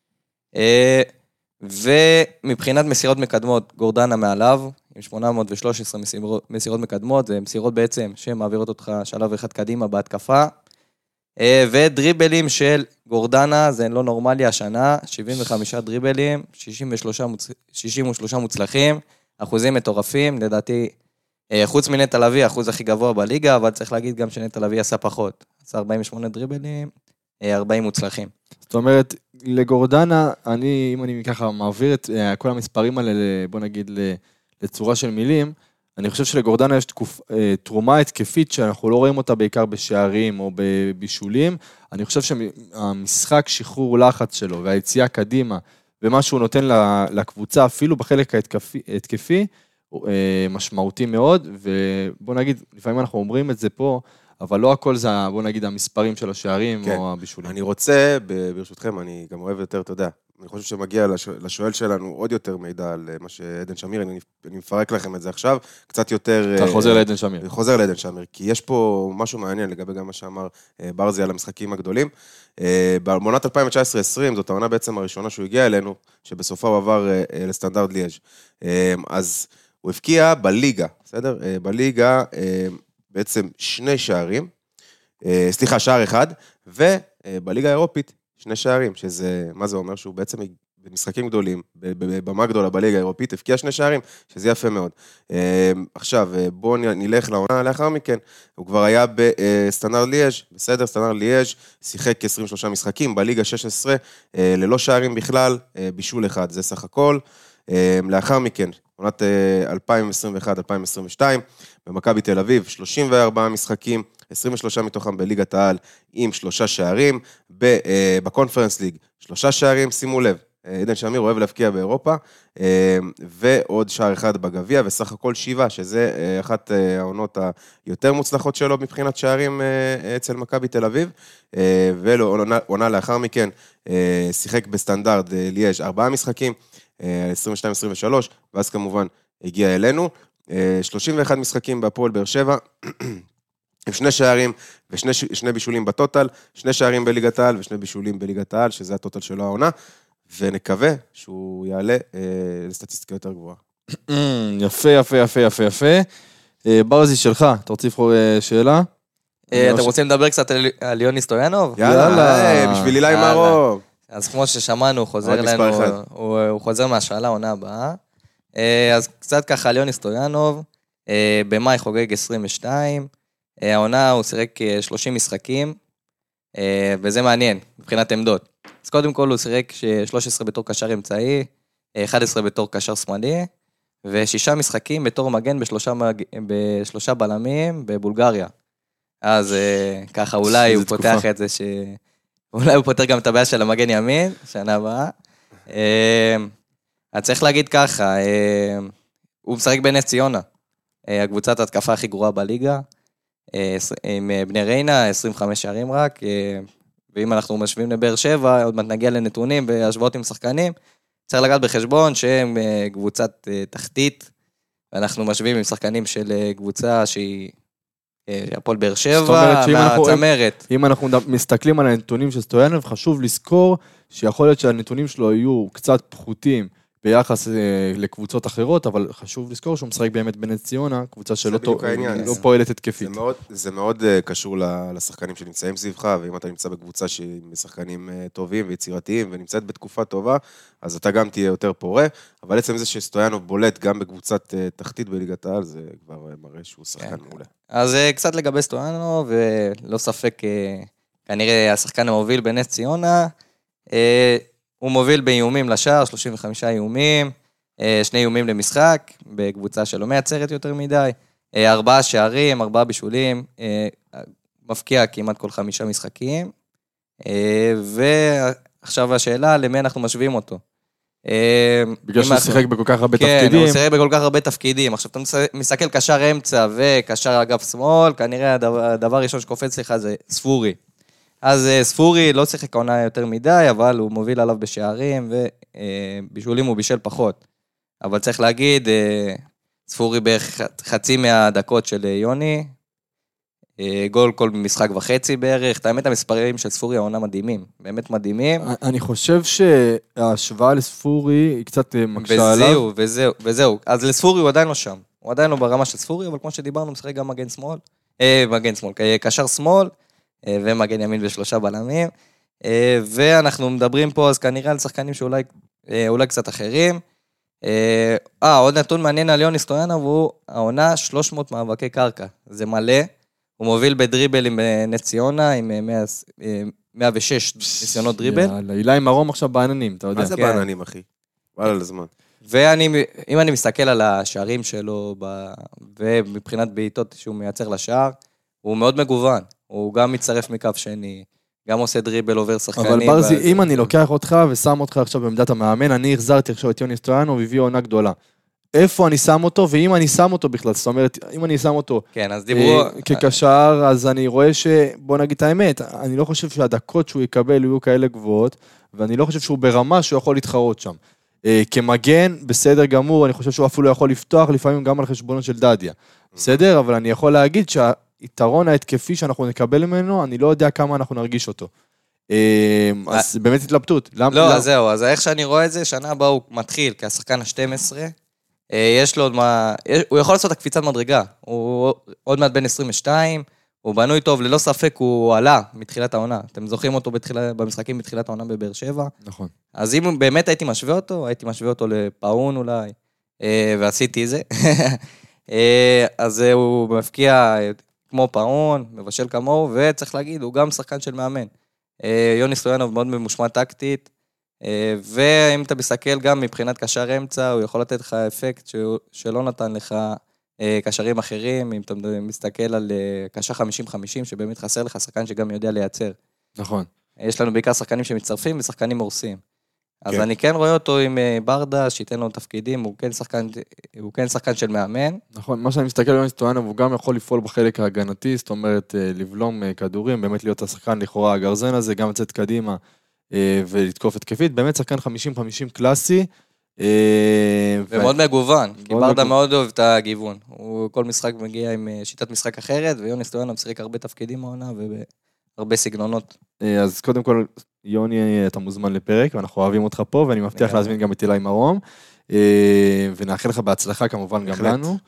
ומבחינת מסירות מקדמות, גורדנה מעליו, עם שמונה מאות ושלוש עשרה מסירות מקדמות, זה מסירות בעצם שמעבירות אותך שלב אחד קדימה בהתקפה, ודריבלים של גורדנה, זה לא נורמלי השנה, שבעים וחמישה דריבלים, שישים ושלושה מוצלחים, אחוזים מטורפים, לדעתי, חוץ מנטע לביא, האחוז הכי גבוה בליגה, אבל צריך להגיד גם שנטע לביא עשה פחות, עשה ארבעים ושמונה דריבלים, ארבעים מוצלחים. זאת אומרת, לגורדנה, אני, אם אני ככה מעביר את כל המספרים האלה, בוא נגיד, לצורה של מילים, אני חושב שלגורדנה יש תקופ... תרומה התקפית שאנחנו לא רואים אותה בעיקר בשערים או בבישולים. אני חושב שהמשחק שחרור לחץ שלו והיציאה קדימה ומה שהוא נותן לקבוצה אפילו בחלק ההתקפי, התקפי, משמעותי מאוד, ובוא נגיד, לפעמים אנחנו אומרים את זה פה, אבל לא הכל זה, בוא נגיד, המספרים של השערים כן. או הבישולים. אני רוצה, ברשותכם, אני גם אוהב יותר, אתה יודע, אני חושב שמגיע לשואל שלנו עוד יותר מידע על מה שעדן שמיר, אני, אני מפרק לכם את זה עכשיו, קצת יותר... אתה חוזר לעדן שמיר. חוזר לעדן שמיר, כי יש פה משהו מעניין לגבי גם מה שאמר ברזי על המשחקים הגדולים. בעונת אלפיים תשע עשרה עשרים, זאת העונה בעצם הראשונה שהוא הגיע אלינו, שבסופה הוא עבר לסטנדרט ליאז'. אז הוא הפקיע בליגה, בסדר? בליגה בעצם שני שערים, סליחה, שער אחד, ובליגה האירופית, שני שערים, שזה, מה זה אומר? שהוא בעצם במשחקים גדולים, בבמה גדולה, בליגה האירופית, הפקיע שני שערים, שזה יפה מאוד. עכשיו, בואו נלך לעונה לאחר מכן, הוא כבר היה בסטנדר ליאז', בסדר, סטנדר ליאז', שיחק עשרים ושלושה משחקים, בליגה שש עשרה, ללא שערים בכלל, בישול אחד, זה סך הכל. לאחר מכן, עונת אלפיים עשרים ואחת אלפיים עשרים ושתיים, במכבי תל אביב, שלושים וארבעה משחקים, עשרים ושלושה מתוכם בליגת העל, עם שלושה שערים, בקונפרנס ליג, שלושה שערים, שימו לב, עדן שמיר אוהב להפקיע באירופה, ועוד שער אחד בגביע, וסך הכל שבעה, שזה אחת העונות היותר מוצלחות שלו מבחינת שערים אצל מכבי תל אביב, ועונה לאחר מכן, שיחק בסטנדרט ליאז' ארבעה משחקים, עשרים ושתיים עשרים ושלוש, ואז כמובן הגיע אלינו, שלושים ואחד משחקים בהפועל באר שבע, עם שני שערים ושני שני בישולים בטוטל, שני שערים בליגת העל ושני בישולים בליגת העל, שזה הטוטל שלו העונה, ונקווה שהוא יעלה אה, לסטטיסטיקה יותר גבוהה. יפה, יפה, יפה, יפה, יפה. ברזי שלך, אתה רוצה לבחור שאלה? אתם רוצים לדבר קצת על יוני סטויאנוב? יאללה, בשביל אילי מרום. אז כמו ששמענו, הוא חוזר אלינו, הוא חוזר מהשאלה, עונה הבאה. אז קצת ככה על יוני סטויאנוב, במאי חוגג עשרים ושתיים, העונה הוא שיחק שלושים משחקים, וזה מעניין, מבחינת עמדות. אז קודם כל הוא שיחק שלוש עשרה בתור קשר אמצעי, אחד עשר בתור קשר שמאלי, ושישה משחקים בתור מגן בשלושה, בשלושה בלמים בבולגריה. אז ככה אולי הוא פותח תקופה. את זה ש... אולי הוא פותר גם את הבעיה של המגן ימין, שנה הבאה. אז צריך להגיד ככה, הוא משחק בנס ציונה, הקבוצת התקפה הכי גרועה בליגה, עם בני ריינה, עשרים וחמש שערים רק, ואם אנחנו משווים לבאר שבע, עוד מעט נגיע לנתונים בהשוואות עם שחקנים, צריך לגעת בחשבון שהם קבוצת תחתית, ואנחנו משווים עם שחקנים של קבוצה שהיא הפועל באר שבע, מהצמרת. אם אנחנו מסתכלים על הנתונים של סטויאנוב, חשוב לזכור שיכול להיות שהנתונים שלו יהיו קצת פחותים ביחס לקבוצות אחרות, אבל חשוב לזכור שהוא משחק באמת בנס ציונה, קבוצה שלא פועלת התקפית. זה מאוד קשור לשחקנים שנמצאים סביבך, ואם אתה נמצא בקבוצה שהיא משחקנים טובים ויצירתיים, ונמצאת בתקופה טובה, אז אתה גם תהיה יותר פורה, אבל עצם זה שסטויאנוב בולט גם בקבוצת תחתית בליגת העל, זה כבר מראה שהוא שחקן מעולה. אז קצת לגבי סטויאנוב, ולא ספק, כנראה השחקן המוביל בנס ציונה, הוא מוביל באיומים לשער, שלושים וחמישה איומים, שני איומים למשחק, בקבוצה שלא מייצרת יותר מדי, ארבעה שערים, ארבעה בישולים, מפקיע כמעט כל חמישה משחקים, ועכשיו השאלה, למי אנחנו משווים אותו? בגלל שהוא שיחק בכל כך הרבה תפקידים. כן, הוא שיחק בכל כך הרבה תפקידים. עכשיו, אתה מסתכל קשר אמצע וקשר אגף שמאל, כנראה הדבר הראשון שקופץ לך זה ספורי. אז ספורי לא שיחק עונה יותר מדי, אבל הוא מוביל עליו בשערים, ובישולים הוא בישל פחות. אבל צריך להגיד, ספורי בערך חצי מהדקות של יוני, גול כל משחק וחצי בערך, האמת המספרים של ספורי העונה מדהימים, באמת מדהימים. אני חושב שההשוואה לספורי היא קצת מקשה עליו. וזהו, וזהו, וזהו. אז לספורי הוא עדיין לא שם. הוא עדיין לא ברמה של ספורי, אבל כמו שדיברנו, משחק גם מגן שמאל, אה, מגן שמאל, קשר שמאל, ומגן ימין בשלושה בלמים, ואנחנו מדברים פה אז כנראה על שחקנים שאולי אולי קצת אחרים. אה, עוד נתון מעניין על יוני סטויאנוב, הוא העונה שלוש מאות מאבקי קרקע, זה מלא, הוא מוביל בדריבלים בנס ציונה, עם מאה ושש ניסיונות דריבל. יאללה, אילי מרום עכשיו בעננים, אתה יודע. מה זה בעננים, אחי? וואלה לזמן. ואם אני מסתכל על השערים שלו, ומבחינת בעיטות שהוא מייצר לשער, הוא מאוד מגוון. הוא גם מצטרף מקו שני, גם עושה דריבל, עובר שחקנים. אבל ברזי, אם אני לוקח אותך ושם אותך עכשיו בעמדת המאמן, אני החזרתי עכשיו את יוני סטויאנוב, והביא עונה גדולה. איפה אני שם אותו, ואם אני שם אותו בכלל, זאת אומרת, אם אני שם אותו כן, אז דיברו... כקשר, אז אני רואה ש... בוא נגיד את האמת, אני לא חושב שהדקות שהוא יקבל יהיו כאלה גבוהות, ואני לא חושב שהוא ברמה שהוא יכול להתחרות שם. כמגן, בסדר גמור, אני חושב שהוא אפילו יכול לפתוח, לפעמים גם על חשבונות של דדיה. בסדר, אבל אני יכול להגיד שה... יתרון ההתקפי שאנחנו נקבל ממנו, אני לא יודע כמה אנחנו נרגיש אותו. אז באמת התלבטות. לא, אז זהו, אז איך שאני רואה את זה, שנה הבאה הוא מתחיל כשחקן ה-שתים עשרה, יש לו עוד מה, הוא יכול לעשות הקפיצת מדרגה, הוא עוד מעט בין עשרים ושתיים, הוא בנוי טוב, ללא ספק הוא עלה מתחילת העונה. אתם זוכרים אותו בתחילה, במשחקים בתחילת העונה בבאר שבע? נכון. אז אם באמת הייתי משווה אותו, הייתי משווה אותו לפאון אולי, ועשיתי זה. אז הוא מפקיע כמו פאון, מבשל כמוהו, וצריך להגיד, הוא גם שחקן של מאמן. יוני סטויאנוב מאוד ממושמע טקטית, ואם אתה מסתכל גם מבחינת קשר אמצע, הוא יכול לתת לך אפקט שלא נתן לך קשרים אחרים, אם אתה מסתכל על קשר חמישים חמישים, שבאמת חסר לך שחקן שגם יודע לייצר. נכון. יש לנו בעיקר שחקנים שמצטרפים ושחקנים הורסים. אז אני כן רואה אותו עם ברדה, שייתן לו תפקידים, הוא כן שחקן, הוא כן שחקן של מאמן. נכון, מה שאני מסתכל על יוני סטויאנוב, הוא גם יכול לפעול בחלק ההגנתי, זאת אומרת, לבלום כדורים, באמת להיות השחקן לכאורה הגרזן הזה, גם לצאת קדימה ולתקוף התקפית, באמת שחקן חמישים חמישים קלאסי. ומאוד מגוון, כי ברדה מאוד אוהב את הגיוון. הוא כל משחק מגיע עם שיטת משחק אחרת, ויוני סטויאנוב שיחק הרבה תפקידים מעונה והרבה סגנונות. אז קודם כל, יוני, אתה מוזמן לפרק, ואנחנו אוהבים אותך פה, ואני מבטיח להזמין גם את אילי מרום, ונאחל לך בהצלחה כמובן גם לנו,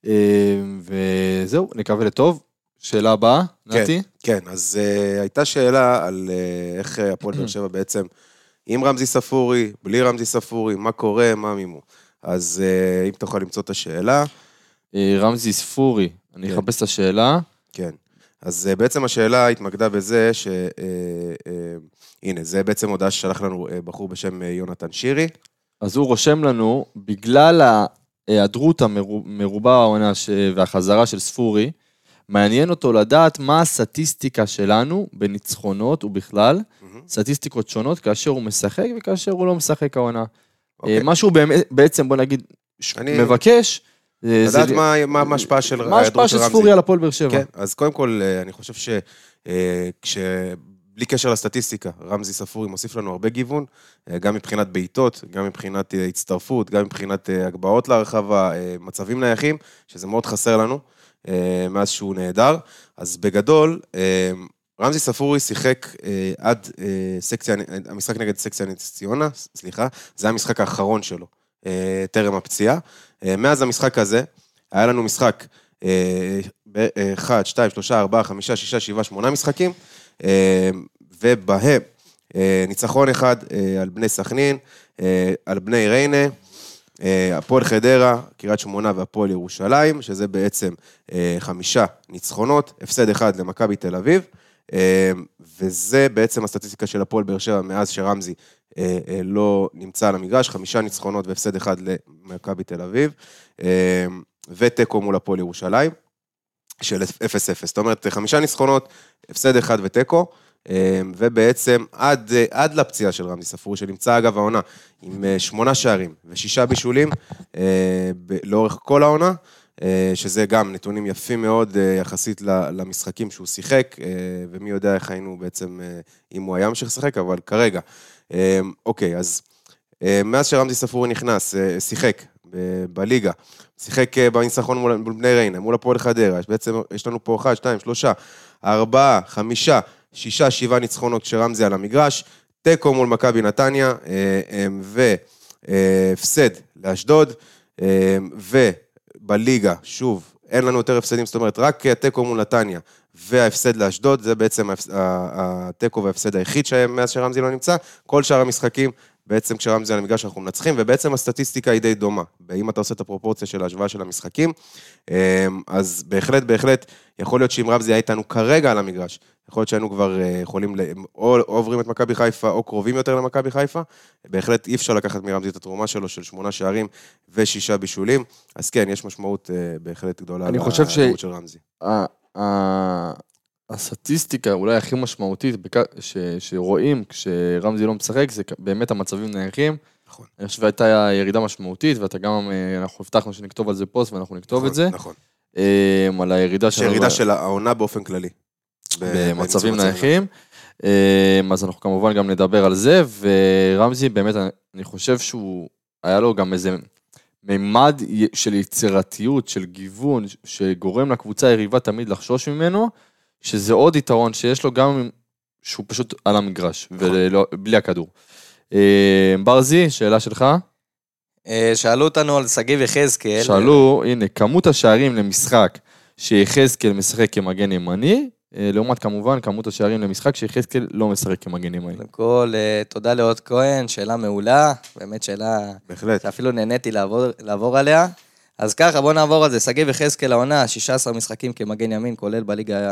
וזהו, נקווה לטוב. שאלה הבאה, נתי? כן, אז הייתה שאלה על איך הפועל באר שבע בעצם, עם רמזי ספורי, בלי רמזי ספורי, מה קורה, מה מימו. אז אם תוכל למצוא את השאלה. רמזי ספורי, אני אחפש את השאלה. כן. אז בעצם השאלה התמקדה בזה ש... הנה, זה בעצם הודעה ששלח לנו בחור בשם יונתן שירי. אז הוא רושם לנו, בגלל ההיעדרות המרובה העונה והחזרה של ספורי, מעניין אותו לדעת מה הסטטיסטיקה שלנו בניצחונות ובכלל, סטטיסטיקות שונות כאשר הוא משחק וכאשר הוא לא משחק העונה. מה שהוא בעצם, בוא נגיד, מבקש, לדעת מה ההשפעה של מה ההשפעה של ספורי על הפועל באר שבע. כן, אז קודם כל, אני חושב שבלי קשר לסטטיסטיקה, רמזי ספורי מוסיף לנו הרבה גיוון, גם מבחינת בעיטות, גם מבחינת הצטרפות, גם מבחינת הגבהות להרחבה, מצבים נייחים, שזה מאוד חסר לנו, מאז שהוא נהדר. אז בגדול, רמזי ספורי שיחק עד סקציה, המשחק נגד סקציה נס ציונה, סליחה, זה המשחק האחרון שלו, טרם הפציעה. מאז המשחק הזה, היה לנו משחק אחד, שתיים, שלושה, ארבעה, חמישה, שישה, שבעה, שמונה משחקים, ובהם ניצחון אחד על בני סכנין, על בני ריינה, הפועל חדרה, קריית שמונה והפועל ירושלים, שזה בעצם חמישה ניצחונות, הפסד אחד למכבי תל אביב, וזה בעצם הסטטיסטיקה של הפועל באר שבע מאז שרמזי לא נמצא על המגרש, חמישה ניצחונות והפסד אחד למכבי תל אביב, וטקו מול הפועל ירושלים, של אפס אפס, זאת אומרת חמישה ניצחונות, הפסד אחד וטקו, ובעצם עד, עד לפציעה של רמזי ספורי, שנמצא אגב העונה עם שמונה שערים ושישה בישולים לאורך כל העונה, שזה גם נתונים יפים מאוד יחסית למשחקים שהוא שיחק, ומי יודע איך היינו בעצם, אם הוא היה ממשיך לשחק, אבל כרגע. אוקיי, אז מאז שרמזי ספורי נכנס, שיחק בליגה, שיחק בניצחון מול בני ריינה, מול הפועל חדרה, בעצם יש לנו פה אחד, שתיים, שלושה, ארבעה, חמישה, שישה, שבעה ניצחונות כשרמזי על המגרש, טקו מול מכבי נתניה, והפסד לאשדוד, ובליגה, שוב, אין לנו יותר הפסדים, זאת אומרת, רק טקו מול נתניה, וההפסד לאשדוד, זה בעצם הטקו וההפסד היחיד מאז שרמזי לא נמצא, כל שאר המשחקים, בעצם כשרמזי על המגרש אנחנו מנצחים, ובעצם הסטטיסטיקה היא די דומה, אם אתה עושה את הפרופורציה של ההשוואה של המשחקים, אז בהחלט, בהחלט, יכול להיות שאם רמזי היה איתנו כרגע על המגרש, יכול להיות שהיינו כבר יכולים, או עוברים את מכבי חיפה, או קרובים יותר למכבי חיפה, בהחלט אי אפשר לקחת מרמזי את התרומה שלו, של שמונה שערים ושישה בישולים, אז כן, יש משמעות בהחלט גדולה לעמוד של רמזי. הסטטיסטיקה אולי הכי משמעותית שרואים כשרמזי לא משחק, זה באמת המצבים נייחים. נכון. אני חושב שהייתה ירידה משמעותית, ואתה גם, אנחנו הבטחנו שנכתוב על זה פוסט, ואנחנו נכתוב את זה. נכון. על הירידה של... הירידה של העונה באופן כללי. במצבים נייחים. אז אנחנו כמובן גם נדבר על זה, ורמזי באמת, אני חושב שהוא, היה לו גם איזה מימד של יצירתיות, של גיוון, שגורם לקבוצה היריבה תמיד לחשוש ממנו, שזה עוד יתרון שיש לו גם שהוא פשוט על המגרש, ובלי הכדור. ברזי, שאלה שלך? שאלו אותנו על סגיב יחזקאל. שאלו, הנה, כמות השערים למשחק שיחזקאל משחק כמגן ימני, לעומת כמובן כמות השערים למשחק שיחזקאל לא משחק כמגן ימני. קודם כל, תודה לעוד כהן, שאלה מעולה, באמת שאלה בהחלט. שאפילו נהניתי לעבור, לעבור עליה. אז ככה, בואו נעבור על זה. שגיב יחזקאל העונה, שישה עשר משחקים כמגן ימין, כולל בליגה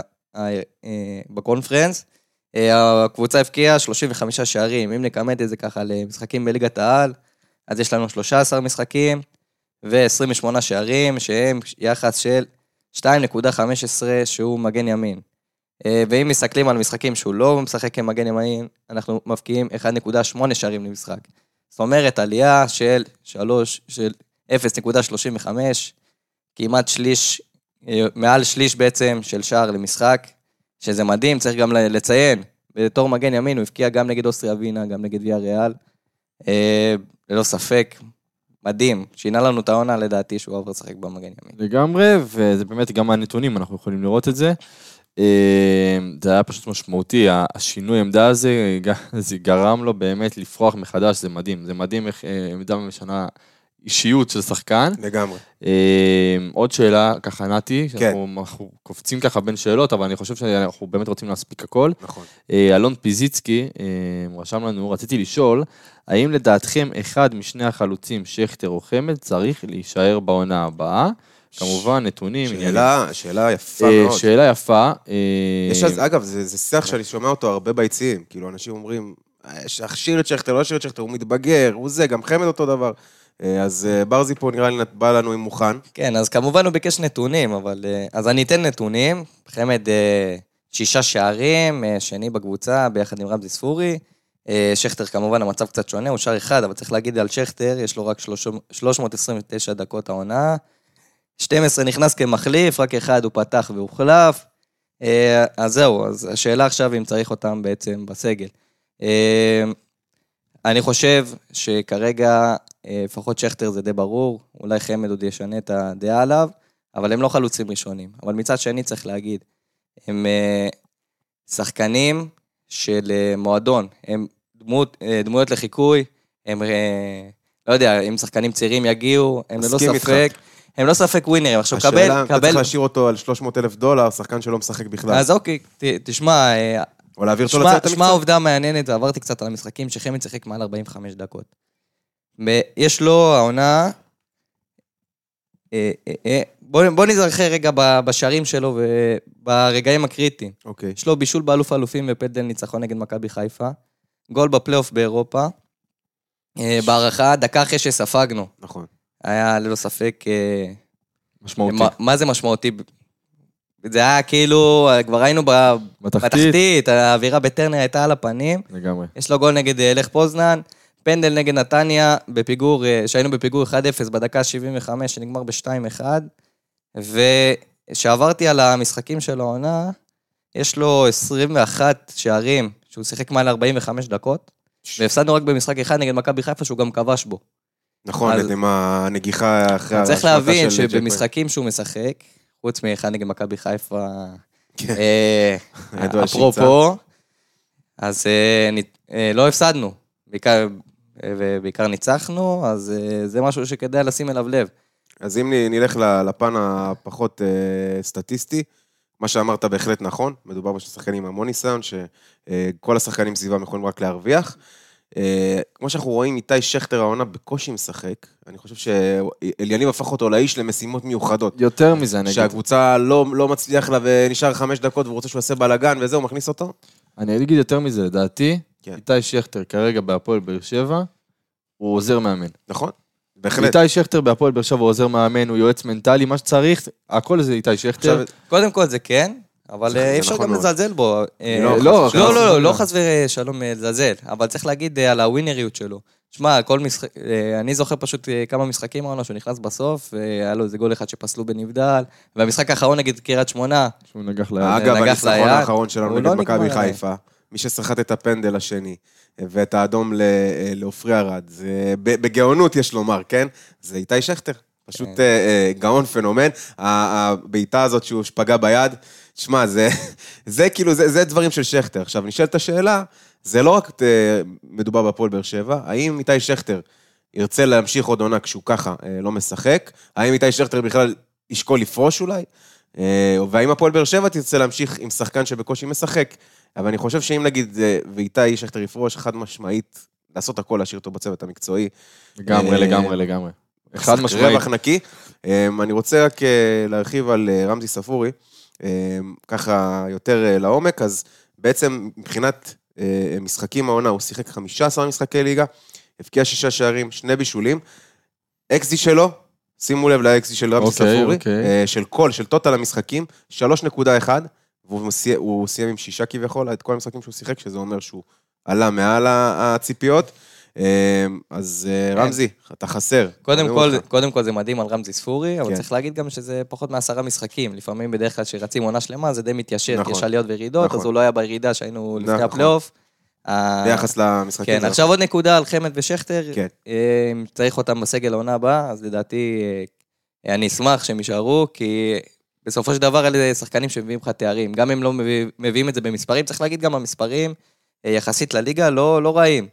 בקונפרנס. הקבוצה הפקיעה שלושים וחמישה שערים. אם נקמת את זה ככה למשחקים בליגת העל, אז יש לנו שלושה עשר משחקים ו-עשרים ושמונה שערים, שהם יחס של שתיים נקודה חמש עשרה שהוא מגן ימין. ואם מסתכלים על משחקים שהוא לא משחק כמגן ימין, אנחנו מפקיעים אחת נקודה שמונה שערים למשחק. זאת אומרת, עלייה של שלוש, של אפס נקודה שלושים וחמש, כמעט שליש, מעל שליש בעצם של שער למשחק, שזה מדהים, צריך גם לציין, בתור מגן ימין הוא הפקיע גם נגד אוסטריה ווינה, גם נגד ויה ריאל, ללא ספק, מדהים, שינה לנו את העונה לדעתי שהוא עובר לשחק במגן ימין. לגמרי, וזה באמת גם הנתונים, אנחנו יכולים לראות את זה. זה היה פשוט משמעותי, השינוי עמדה הזה, זה גרם לו באמת לפרוח מחדש, זה מדהים, זה מדהים איך עמדה משנה אישיות של שחקן. לגמרי. עוד שאלה, ככה נתי, אנחנו קופצים ככה בין שאלות, אבל אני חושב שאנחנו באמת רוצים להספיק הכל. נכון. אלון פיזיצקי, רשם לנו, רציתי לשאול, האם לדעתכם אחד משני החלוצים, שכטר או חמד, צריך להישאר בעונה הבאה? כמובן, נתונים. שאלה, שאלה יפה מאוד. שאלה יפה. יש אז, אגב, זה, זה שיח שאני שומע אותו הרבה ביציעים, כאילו אנשים אומרים, שיר את שכטר, לא שיר את שכטר, הוא מתבגר, הוא זה, גם חמד אותו דבר. אז ברזי פה נראה לי בא לנו עם מוכן. כן, אז כמובן הוא ביקש נתונים, אבל, אז אני אתן נתונים. חמד שישה שערים, שני בקבוצה, ביחד עם רמזי ספורי. שכטר כמובן המצב קצת שונה, הוא שער אחד, אבל צריך להגיד על שכטר, יש לו רק שלוש מאות עשרים ותשע דקות העונה. שתים עשרה נכנס כמחליף, רק אחד הוא פתח והוחלף. אז זהו, אז השאלה עכשיו אם צריך אותם בעצם בסגל. אני חושב שכרגע, לפחות שכטר זה די ברור, אולי חמד עוד ישנה את הדעה עליו, אבל הם לא חלוצים ראשונים. אבל מצד שני צריך להגיד, הם שחקנים של מועדון, הם דמות, דמויות לחיקוי, הם, לא יודע, אם שחקנים צעירים יגיעו, הם ללא ספק, הם לא ספק ווינרים. עכשיו קבל, השאלה, אתה צריך להשאיר אותו על שלוש מאות אלף דולר, שחקן שלא משחק בכלל. אז אוקיי, תשמע, או להעביר אותו לצאת תשמע עובדה מעניינת, ועברתי קצת על המשחקים, שחמד שיחק מעל ארבעים וחמש דקות. יש לו העונה, בוא, בוא נזרחה רגע בשערים שלו וברגעים הקריטיים. אוקיי. יש לו בישול באלוף האלופים ופנדל ניצחון נגד מכבי חיפה, גול בפלייאוף באירופה, בערכה, דקה אחרי שספגנו. נכון. היה ללא ספק משמעותי. מה, מה זה משמעותי? זה היה כאילו, כבר ראינו בתחתית, בתחתית, האווירה בטרנר הייתה על הפנים. לגמרי. יש לו גול נגד לך פוזנן, פנדל נגד נתניה, בפיגור, שהיינו בפיגור אחד אפס בדקה שבעים וחמש, שנגמר ב-שתיים אחד, ושעברתי על המשחקים של העונה, יש לו עשרים ואחד שערים, שהוא שיחק מעל ארבעים וחמש דקות, והפסדנו רק במשחק אחד נגד מכבי חיפה, שהוא גם כבש בו. נכון, אז, עם הנגיחה אחרי... צריך להבין שבמשחקים שהוא משחק, חוץ מאחד נגד מכבי חיפה, כן. אה, אפרופו, אז אה, לא הפסדנו, בעיקר... ובעיקר ניצחנו, אז זה משהו שכדאי לשים אליו לב. אז אם נלך לפן הפחות סטטיסטי, מה שאמרת בהחלט נכון, מדובר בשחקנים המון ניסיון, שכל השחקנים סביבם יכולים רק להרוויח. כמו שאנחנו רואים, איתי שכטר העונה בקושי משחק, אני חושב שאליניב הפך אותו לאיש למשימות מיוחדות. יותר מזה, נגיד. שהקבוצה לא, לא מצליח לה ונשאר חמש דקות, והוא רוצה שהוא יעשה בלגן, וזהו, הוא מכניס אותו? אני אגיד יותר מזה, לדעתי, כן. איתי שכטר כרגע בהפועל באר שבע, הוא עוזר מאמן. נכון, בהחלט. איתי שכטר בהפועל באר שבע הוא עוזר מאמן, הוא יועץ מנטלי, מה שצריך, הכל זה איתי שכטר. עכשיו, קודם כל זה כן, אבל אי אפשר נכון גם לזלזל בו. לא, לא, לא, לא, לא חס ושלום לזלזל, אבל צריך להגיד על הווינריות שלו. שמע, כל משחק, אני זוכר פשוט כמה משחקים העונה שהוא נכנס בסוף, היה לו איזה גול אחד שפסלו בנבדל, והמשחק האחרון נגד קריית שמונה, שהוא נגח ליד. אגב, הניצחון האחרון שלנו נגד מכבי חיפה, מי ששחט את הפנדל השני, ואת האדום לאופרי ארד, זה בגאונות יש לומר, כן? זה איתי שכטר, פשוט גאון פנומן, הביתה הזאת שהוא פגע ביד, תשמע, זה כאילו, זה דברים של שכטר. עכשיו, נשאלת השאלה, זה לא רק מדובר בהפועל באר שבע, האם איתי שכטר ירצה להמשיך עוד עונה כשהוא ככה לא משחק? האם איתי שכטר בכלל ישקול לפרוש אולי? והאם הפועל באר שבע תרצה להמשיך עם שחקן שבקושי משחק, אבל אני חושב שאם נגיד, ואיתי שכטר יפרוש, חד משמעית, לעשות הכל, להשאיר אותו בצוות המקצועי. לגמרי, לגמרי, לגמרי. חד משמעית. רווח נקי. אני רוצה רק להרחיב על רמזי ספורי, ככה יותר לעומק, אז בעצם מבחינת משחקים העונה, הוא שיחק חמישה עשר משחקי ליגה, הבקיע שישה שערים, שני בישולים, אקסי שלו, שימו לב לאקסי של רמזי ספורי, של כל, של טוטל המשחקים, שלוש נקודה אחת, והוא סיים עם שישה כביכול, את כל המשחקים שהוא שיחק, שזה אומר שהוא עלה מעל הציפיות, אז רמזי, אתה חסר. קודם כל זה מדהים על רמזי ספורי, אבל צריך להגיד גם שזה פחות מעשרה משחקים, לפעמים בדרך כלל שרצים עונה שלמה, זה די מתיישר, כי יש עליות וירידות, אז הוא לא היה בירידה שהיינו לפני הפלייאוף. ביחס למשחקים. כן, עכשיו עוד נקודה על חמד ושכטר, צריך אותם בסגל העונה הבאה, אז לדעתי אני אשמח שהם יישארו, כי בסופו של דבר אלה שחקנים שמביאים לך תארים, גם אם לא מביאים את זה במספרים, צריך להגיד גם המספרים, יחסית לליגה, לא רעים.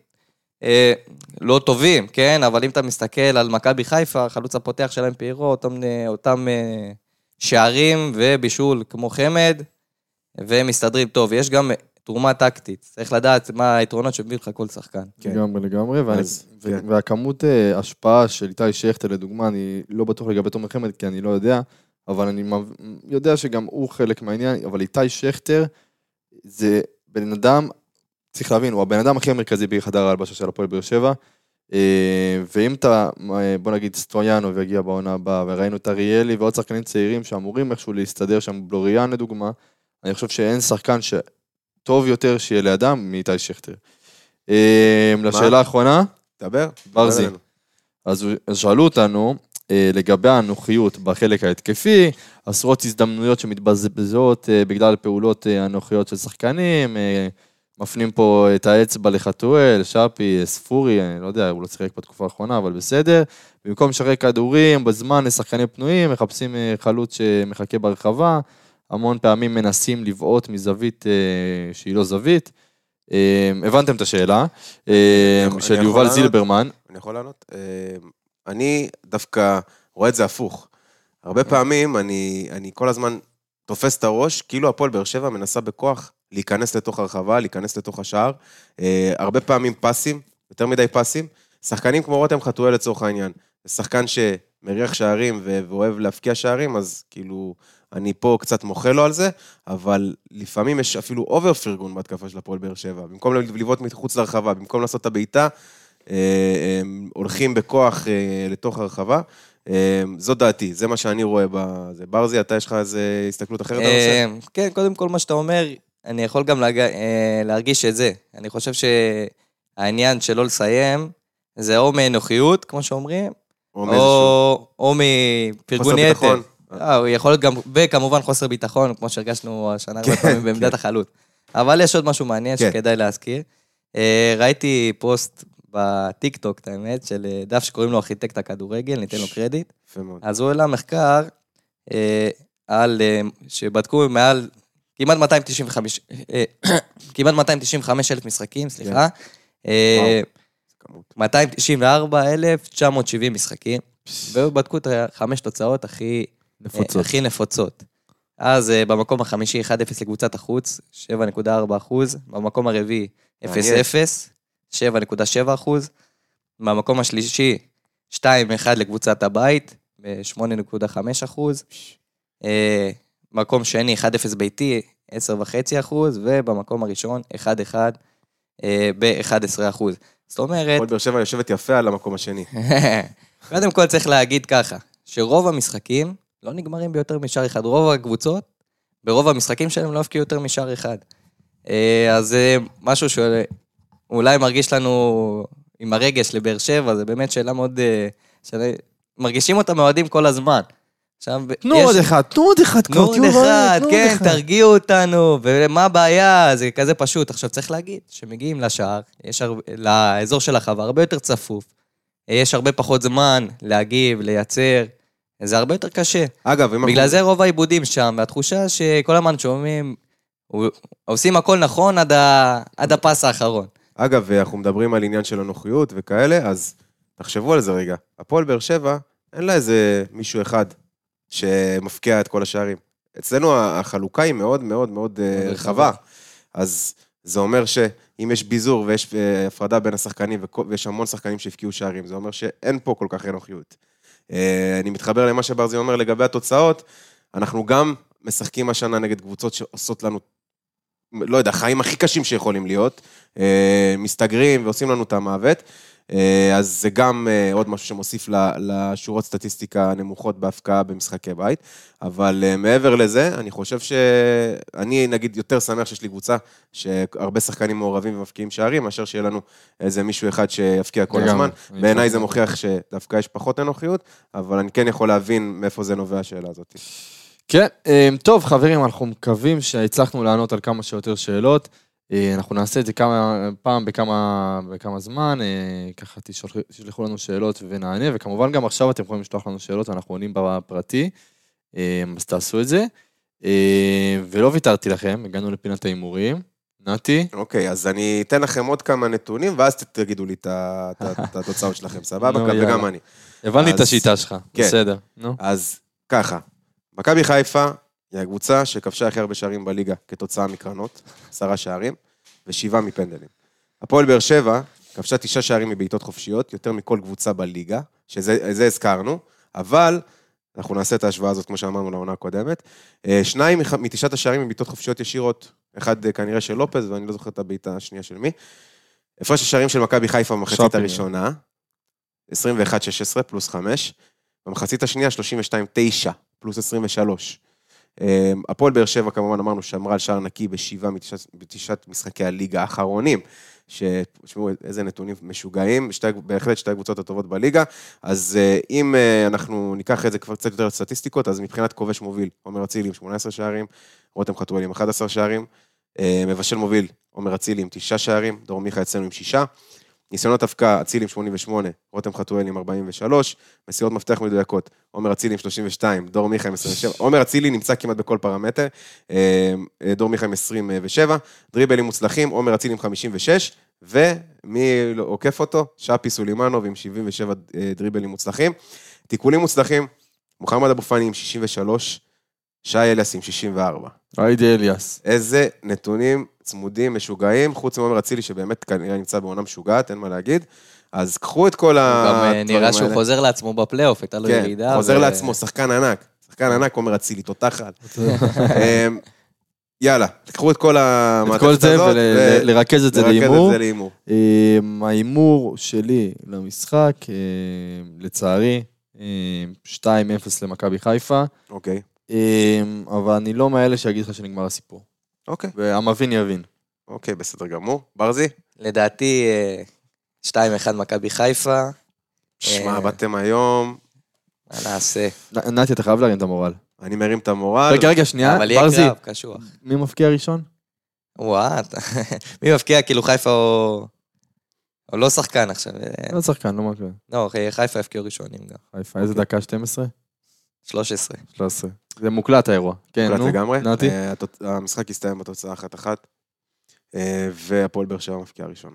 לא טובים, כן, אבל אם אתה מסתכל על מכבי חיפה, חלוץ הפותח שלהם פירו, אותם, אותם שערים ובישול כמו חמד, והם מסתדרים טוב. יש גם תרומה טקטית, צריך לדעת מה היתרונות שמביא לך כל שחקן. לגמרי, לגמרי, והכמות השפעה של איתי שכטר, לדוגמה, אני לא בטוח לגבי תומר חמד, כי אני לא יודע, אבל אני יודע שגם הוא חלק מהעניין, אבל איתי שכטר, זה בן אדם, צריך להבין, הוא הבן אדם הכי המרכזי בחדר ההלבשה של הפועל באר שבע, ואם אתה, בוא נגיד, סטרויאנו והגיע בעונה הבאה, וראינו את אריאלי ועוד שחקנים צעירים שאמורים איכשהו להסתדר שם, בלוריאן לדוגמה, אני חושב שאין שחקן שטוב יותר שיהיה לאדם מאיתי שכטר. לשאלה האחרונה, דבר, ברזי. אז שאלו אותנו, לגבי הנוחיות בחלק ההתקפי, עשרות הזדמנויות שמתבזבזות בגלל פעולות הנוחיות של שחקנים, מפנים פה את האצבע לחתואל, שפי, ספורי, אני לא יודע, הוא לא צריך בתקופה האחרונה, אבל בסדר. במקום לשחק כדורים, בזמן לשחקנים פנויים, מחפשים חלוץ שמחכה ברחבה, המון פעמים מנסים לבעוט מזווית שהיא לא זווית. הבנתם את השאלה, של יובל זילברמן. אני יכול לענות? אני דווקא רואה את זה הפוך. הרבה פעמים אני, אני כל הזמן תופס את הראש, כאילו הפועל באר שבע מנסה בכוח להיכנס לתוך הרחבה, להיכנס לתוך השער, הרבה פעמים פסים, יותר מדי פסים, שחקנים כמו רותם חתואל לצורך העניין, שחקן שמריח שערים ואוהב להפקיע שערים, אז כאילו אני פה קצת מוחה לו על זה, אבל לפעמים יש אפילו אובר פרגון בהתקפה של הפועל באר שבע, במקום לבעוט מחוץ לרחבה, במקום לעשות את הבעיטה, הולכים בכוח לתוך הרחבה, זו דעתי, זה מה שאני רואה בזה. ברזי, אתה יש לך איזה הסתכלות אחרת על הנושא? כן, קודם כל מה שאתה אומר, אני יכול גם להרגיש את זה. אני חושב שהעניין שלא לסיים, זה או מנוחיות, כמו שאומרים, או מפרגון יתר. הוא יכול להיות גם, וכמובן חוסר ביטחון, כמו שהרגשנו השנה הרבה פעמים בעמדת החלוץ. אבל יש עוד משהו מעניין שכדאי להזכיר. ראיתי פוסט בטיק-טוק, את האמת, של דף שקוראים לו ארכיטקט הכדורגל, ניתן לו קרדיט. אז הוא העלה מחקר על, שבדקו מעל כמעט מאתיים תשעים וחמש, כמעט מאתיים תשעים וחמש אלף משחקים, סליחה. מאתיים תשעים וארבע אלף תשע מאות שבעים משחקים, ובדקו את החמש תוצאות הכי נפוצות. הכי נפוצות. אז במקום החמישי אחד אפס לקבוצת החוץ, שבע נקודה ארבע אחוז, במקום הרביעי אפס אפס, שבע נקודה שבע אחוז, במקום השלישי שתיים אחד לקבוצת הבית, שמונה נקודה חמש אחוז, במקום שני אחד אפס ביתי, עשר נקודה חמש אחוז, ובמקום הראשון אחד אחד ב-אחד עשר אחוז. זאת אומרת... כל באר שבע יושבת יפה על המקום השני. קודם כל צריך להגיד ככה, שרוב המשחקים לא נגמרים ביותר משער אחד. רוב הקבוצות, ברוב המשחקים שלהם לא הפקיעו יותר משער אחד. אז זה משהו שאולי מרגיש לנו עם הרגש לבאר שבע, זה באמת שאלה מאוד... מרגישים אותה מאוהדים כל הזמן. תנו עוד אחד, תנו עוד אחד. תנו עוד אחד, כן, תרגיעו אותנו, ומה הבעיה? זה כזה פשוט. עכשיו צריך להגיד, שמגיעים לשער, יש לאזור של החווה, הרבה יותר צפוף, יש הרבה פחות זמן להגיב, לייצר, זה הרבה יותר קשה. אגב, בגלל זה רוב העיבודים שם, והתחושה שכל הזמן שומעים, עושים הכל נכון עד הפס האחרון. אגב, אנחנו מדברים על עניין של הנוחיות וכאלה, אז תחשבו על זה רגע. הפועל באר שבע, אין לה איזה מישהו אחד שמפקיע את כל השערים. אצלנו החלוקה היא מאוד מאוד מאוד רחבה, אז זה אומר שאם יש ביזור ויש הפרדה בין השחקנים, ויש המון שחקנים שהפקיעו שערים, זה אומר שאין פה כל כך אנוכיות. אני מתחבר למה שברזי אומר לגבי התוצאות, אנחנו גם משחקים השנה נגד קבוצות שעושות לנו, לא יודע, חיים הכי קשים שיכולים להיות, מסתגרים ועושים לנו את המוות, אז זה גם עוד משהו שמוסיף לשורות סטטיסטיקה הנמוכות בהפקעה במשחקי בית, אבל מעבר לזה, אני חושב שאני נגיד יותר שמח שיש לי קבוצה, שהרבה שחקנים מעורבים ומפקיעים שערים, מאשר שיהיה לנו איזה מישהו אחד שיפקיע כל הזמן. בעיניי זה מוכיח שדווקא יש פחות אנוכיות, אבל אני כן יכול להבין מאיפה זה נובע השאלה הזאת. כן, טוב חברים, אנחנו מקווים שהצלחנו לענות על כמה שיותר שאלות, אנחנו נעשה את זה כמה, פעם בכמה, בכמה זמן, ככה תשלחו לנו שאלות ונענה, וכמובן גם עכשיו אתם יכולים לשלוח לנו שאלות, ואנחנו עונים בפרטי, אז תעשו את זה, ולא ויתרתי לכם, הגענו לפינת האימורים, נתי. אוקיי, אז אני אתן לכם עוד כמה נתונים, ואז תגידו לי את התוצאות שלכם, סבבה? וגם אני. הבנתי את השיטה שלך, בסדר. אז ככה, מכבי חיפה, היא הקבוצה שכבשה הכי הרבה שערים בליגה כתוצאה מקרנות, עשרה שערים, ושבעה מפנדלים. הפועל באר שבע כבשה תשעה שערים מבעיטות חופשיות, יותר מכל קבוצה בליגה, שזה הזכרנו, אבל אנחנו נעשה את ההשוואה הזאת כמו שאמרנו לעונה הקודמת. שניים מתשעת השערים מבעיטות חופשיות ישירות, אחד כנראה של לופז, ואני לא זוכר את הבעיטה השנייה של מי. הפרש השערים של מכבי חיפה במחצית הראשונה, עשרים ואחת שש עשרה פלוס חמש, במחצית השנייה שלושים ושתיים תשע פלוס עשרים ושלוש. הפועל באר שבע, כמובן אמרנו, שמרה על שער נקי בשבעה בתשעת משחקי הליגה האחרונים, ששמעו איזה נתונים משוגעים, שתי, בהחלט שתי הקבוצות הטובות בליגה, אז אם אנחנו ניקח את זה כבר קצת יותר סטטיסטיקות, אז מבחינת כובש מוביל, עומר אצילי עם שמונה עשרה שערים, רותם חתואל עם אחד עשר שערים, מבשל מוביל, עומר אצילי עם תשעה שערים, דור מיכה אצלנו עם שישה, ניסיונות הפקעה, אצילי עם שמונים ושמונה, רותם חתואל עם ארבעים ושלוש, מסירות מפתח מדויקות, עומר אצילי עם שלושים ושתיים, דור מיכה עם עשרים ושבע, עומר אצילי נמצא כמעט בכל פרמטר, דור מיכה עם עשרים ושבע, דריבלים מוצלחים, עומר אצילי עם חמישים ושש, ומי עוקף אותו? שפי סולימנוב עם שבעים ושבע דריבלים מוצלחים, תיקולים מוצלחים, מוחמד אבו פאני עם שישים ושלוש, שי אליאס עם שישים וארבע. היידי אליאס. איזה נתונים צמודים, משוגעים, חוץ מעומר אצילי שבאמת כנראה נמצא בעונה משוגעת, אין מה להגיד, אז קחו את כל הדברים האלה. גם נראה שהוא חוזר לעצמו בפלייאוף, הייתה לו ירידה. כן, חוזר לעצמו, שחקן ענק, שחקן ענק, עומר אצילי, תותחת. יאללה, תקחו את כל המעטפת הזאת. את כל זה ולרכז את זה לאימור. לאימור. האימור שלי למשחק, לצערי, שתיים אפס למכבי חיפה. אוקיי. אבל אני לא מאלה שיגיד לך שנגמר הסיפור. אוקיי. והמבין יבין. אוקיי, בסדר גמור. ברזי? לדעתי, שתיים אחד מכבי חיפה. שמע, באתם היום. מה נעשה? נתי, אתה חייב להרים את המורל. אני מרים את המורל. רגע, רגע, שנייה. אבל יהיה קרב, קשוח. מי מפקיע ראשון? וואט. מי מפקיע? כאילו חיפה או... או לא שחקן עכשיו. לא שחקן, לא מפקיע. לא, חיפה הפקיעו ראשונים גם. חיפה, איזה דקה? שתים עשרה? שלוש עשרה. שלוש עשרה. זה מוקלט האירוע. מוקלט לגמרי. נתי? המשחק הסתיים בתוצאה אחת אחת, והפועל באר שבע מפקיעה ראשונה.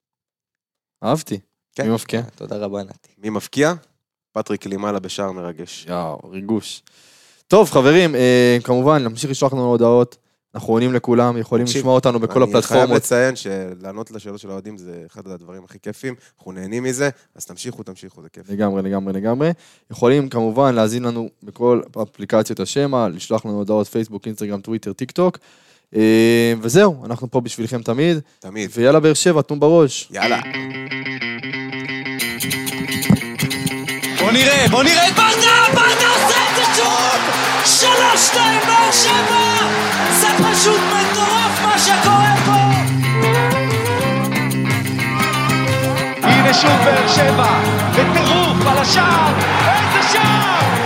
אהבתי. מי מפקיע? תודה רבה, נתי. מי מפקיע? פטריק לימאלה בשער מרגש. יאו, ריגוש. טוב, חברים, כמובן, נמשיך לשלוח לנו הודעות. אנחנו עונים לכולם, יכולים לשמוע אותנו בכל הפלטפורמות. אני חייב לציין שלענות לשאלות של האוהדים זה אחד הדברים הכי כיפים, אנחנו נהנים מזה, אז תמשיכו, תמשיכו, זה כיף. לגמרי, לגמרי, לגמרי. יכולים כמובן להזין לנו בכל אפליקציות השמה, לשלוח לנו הודעות פייסבוק, אינסטגרם, טוויטר, טיק טוק, וזהו, אנחנו פה בשבילכם תמיד. תמיד. ויאללה באר שבע, תום בראש. יאללה. בוא נראה, בוא נראה את ברדה, ברדה עושה את זה שוב! שלוש, שתיים, באר שבע! זה פשוט מטורף מה שקורה פה! הנה שוב באר שבע, בטירוף על השער, איזה שער!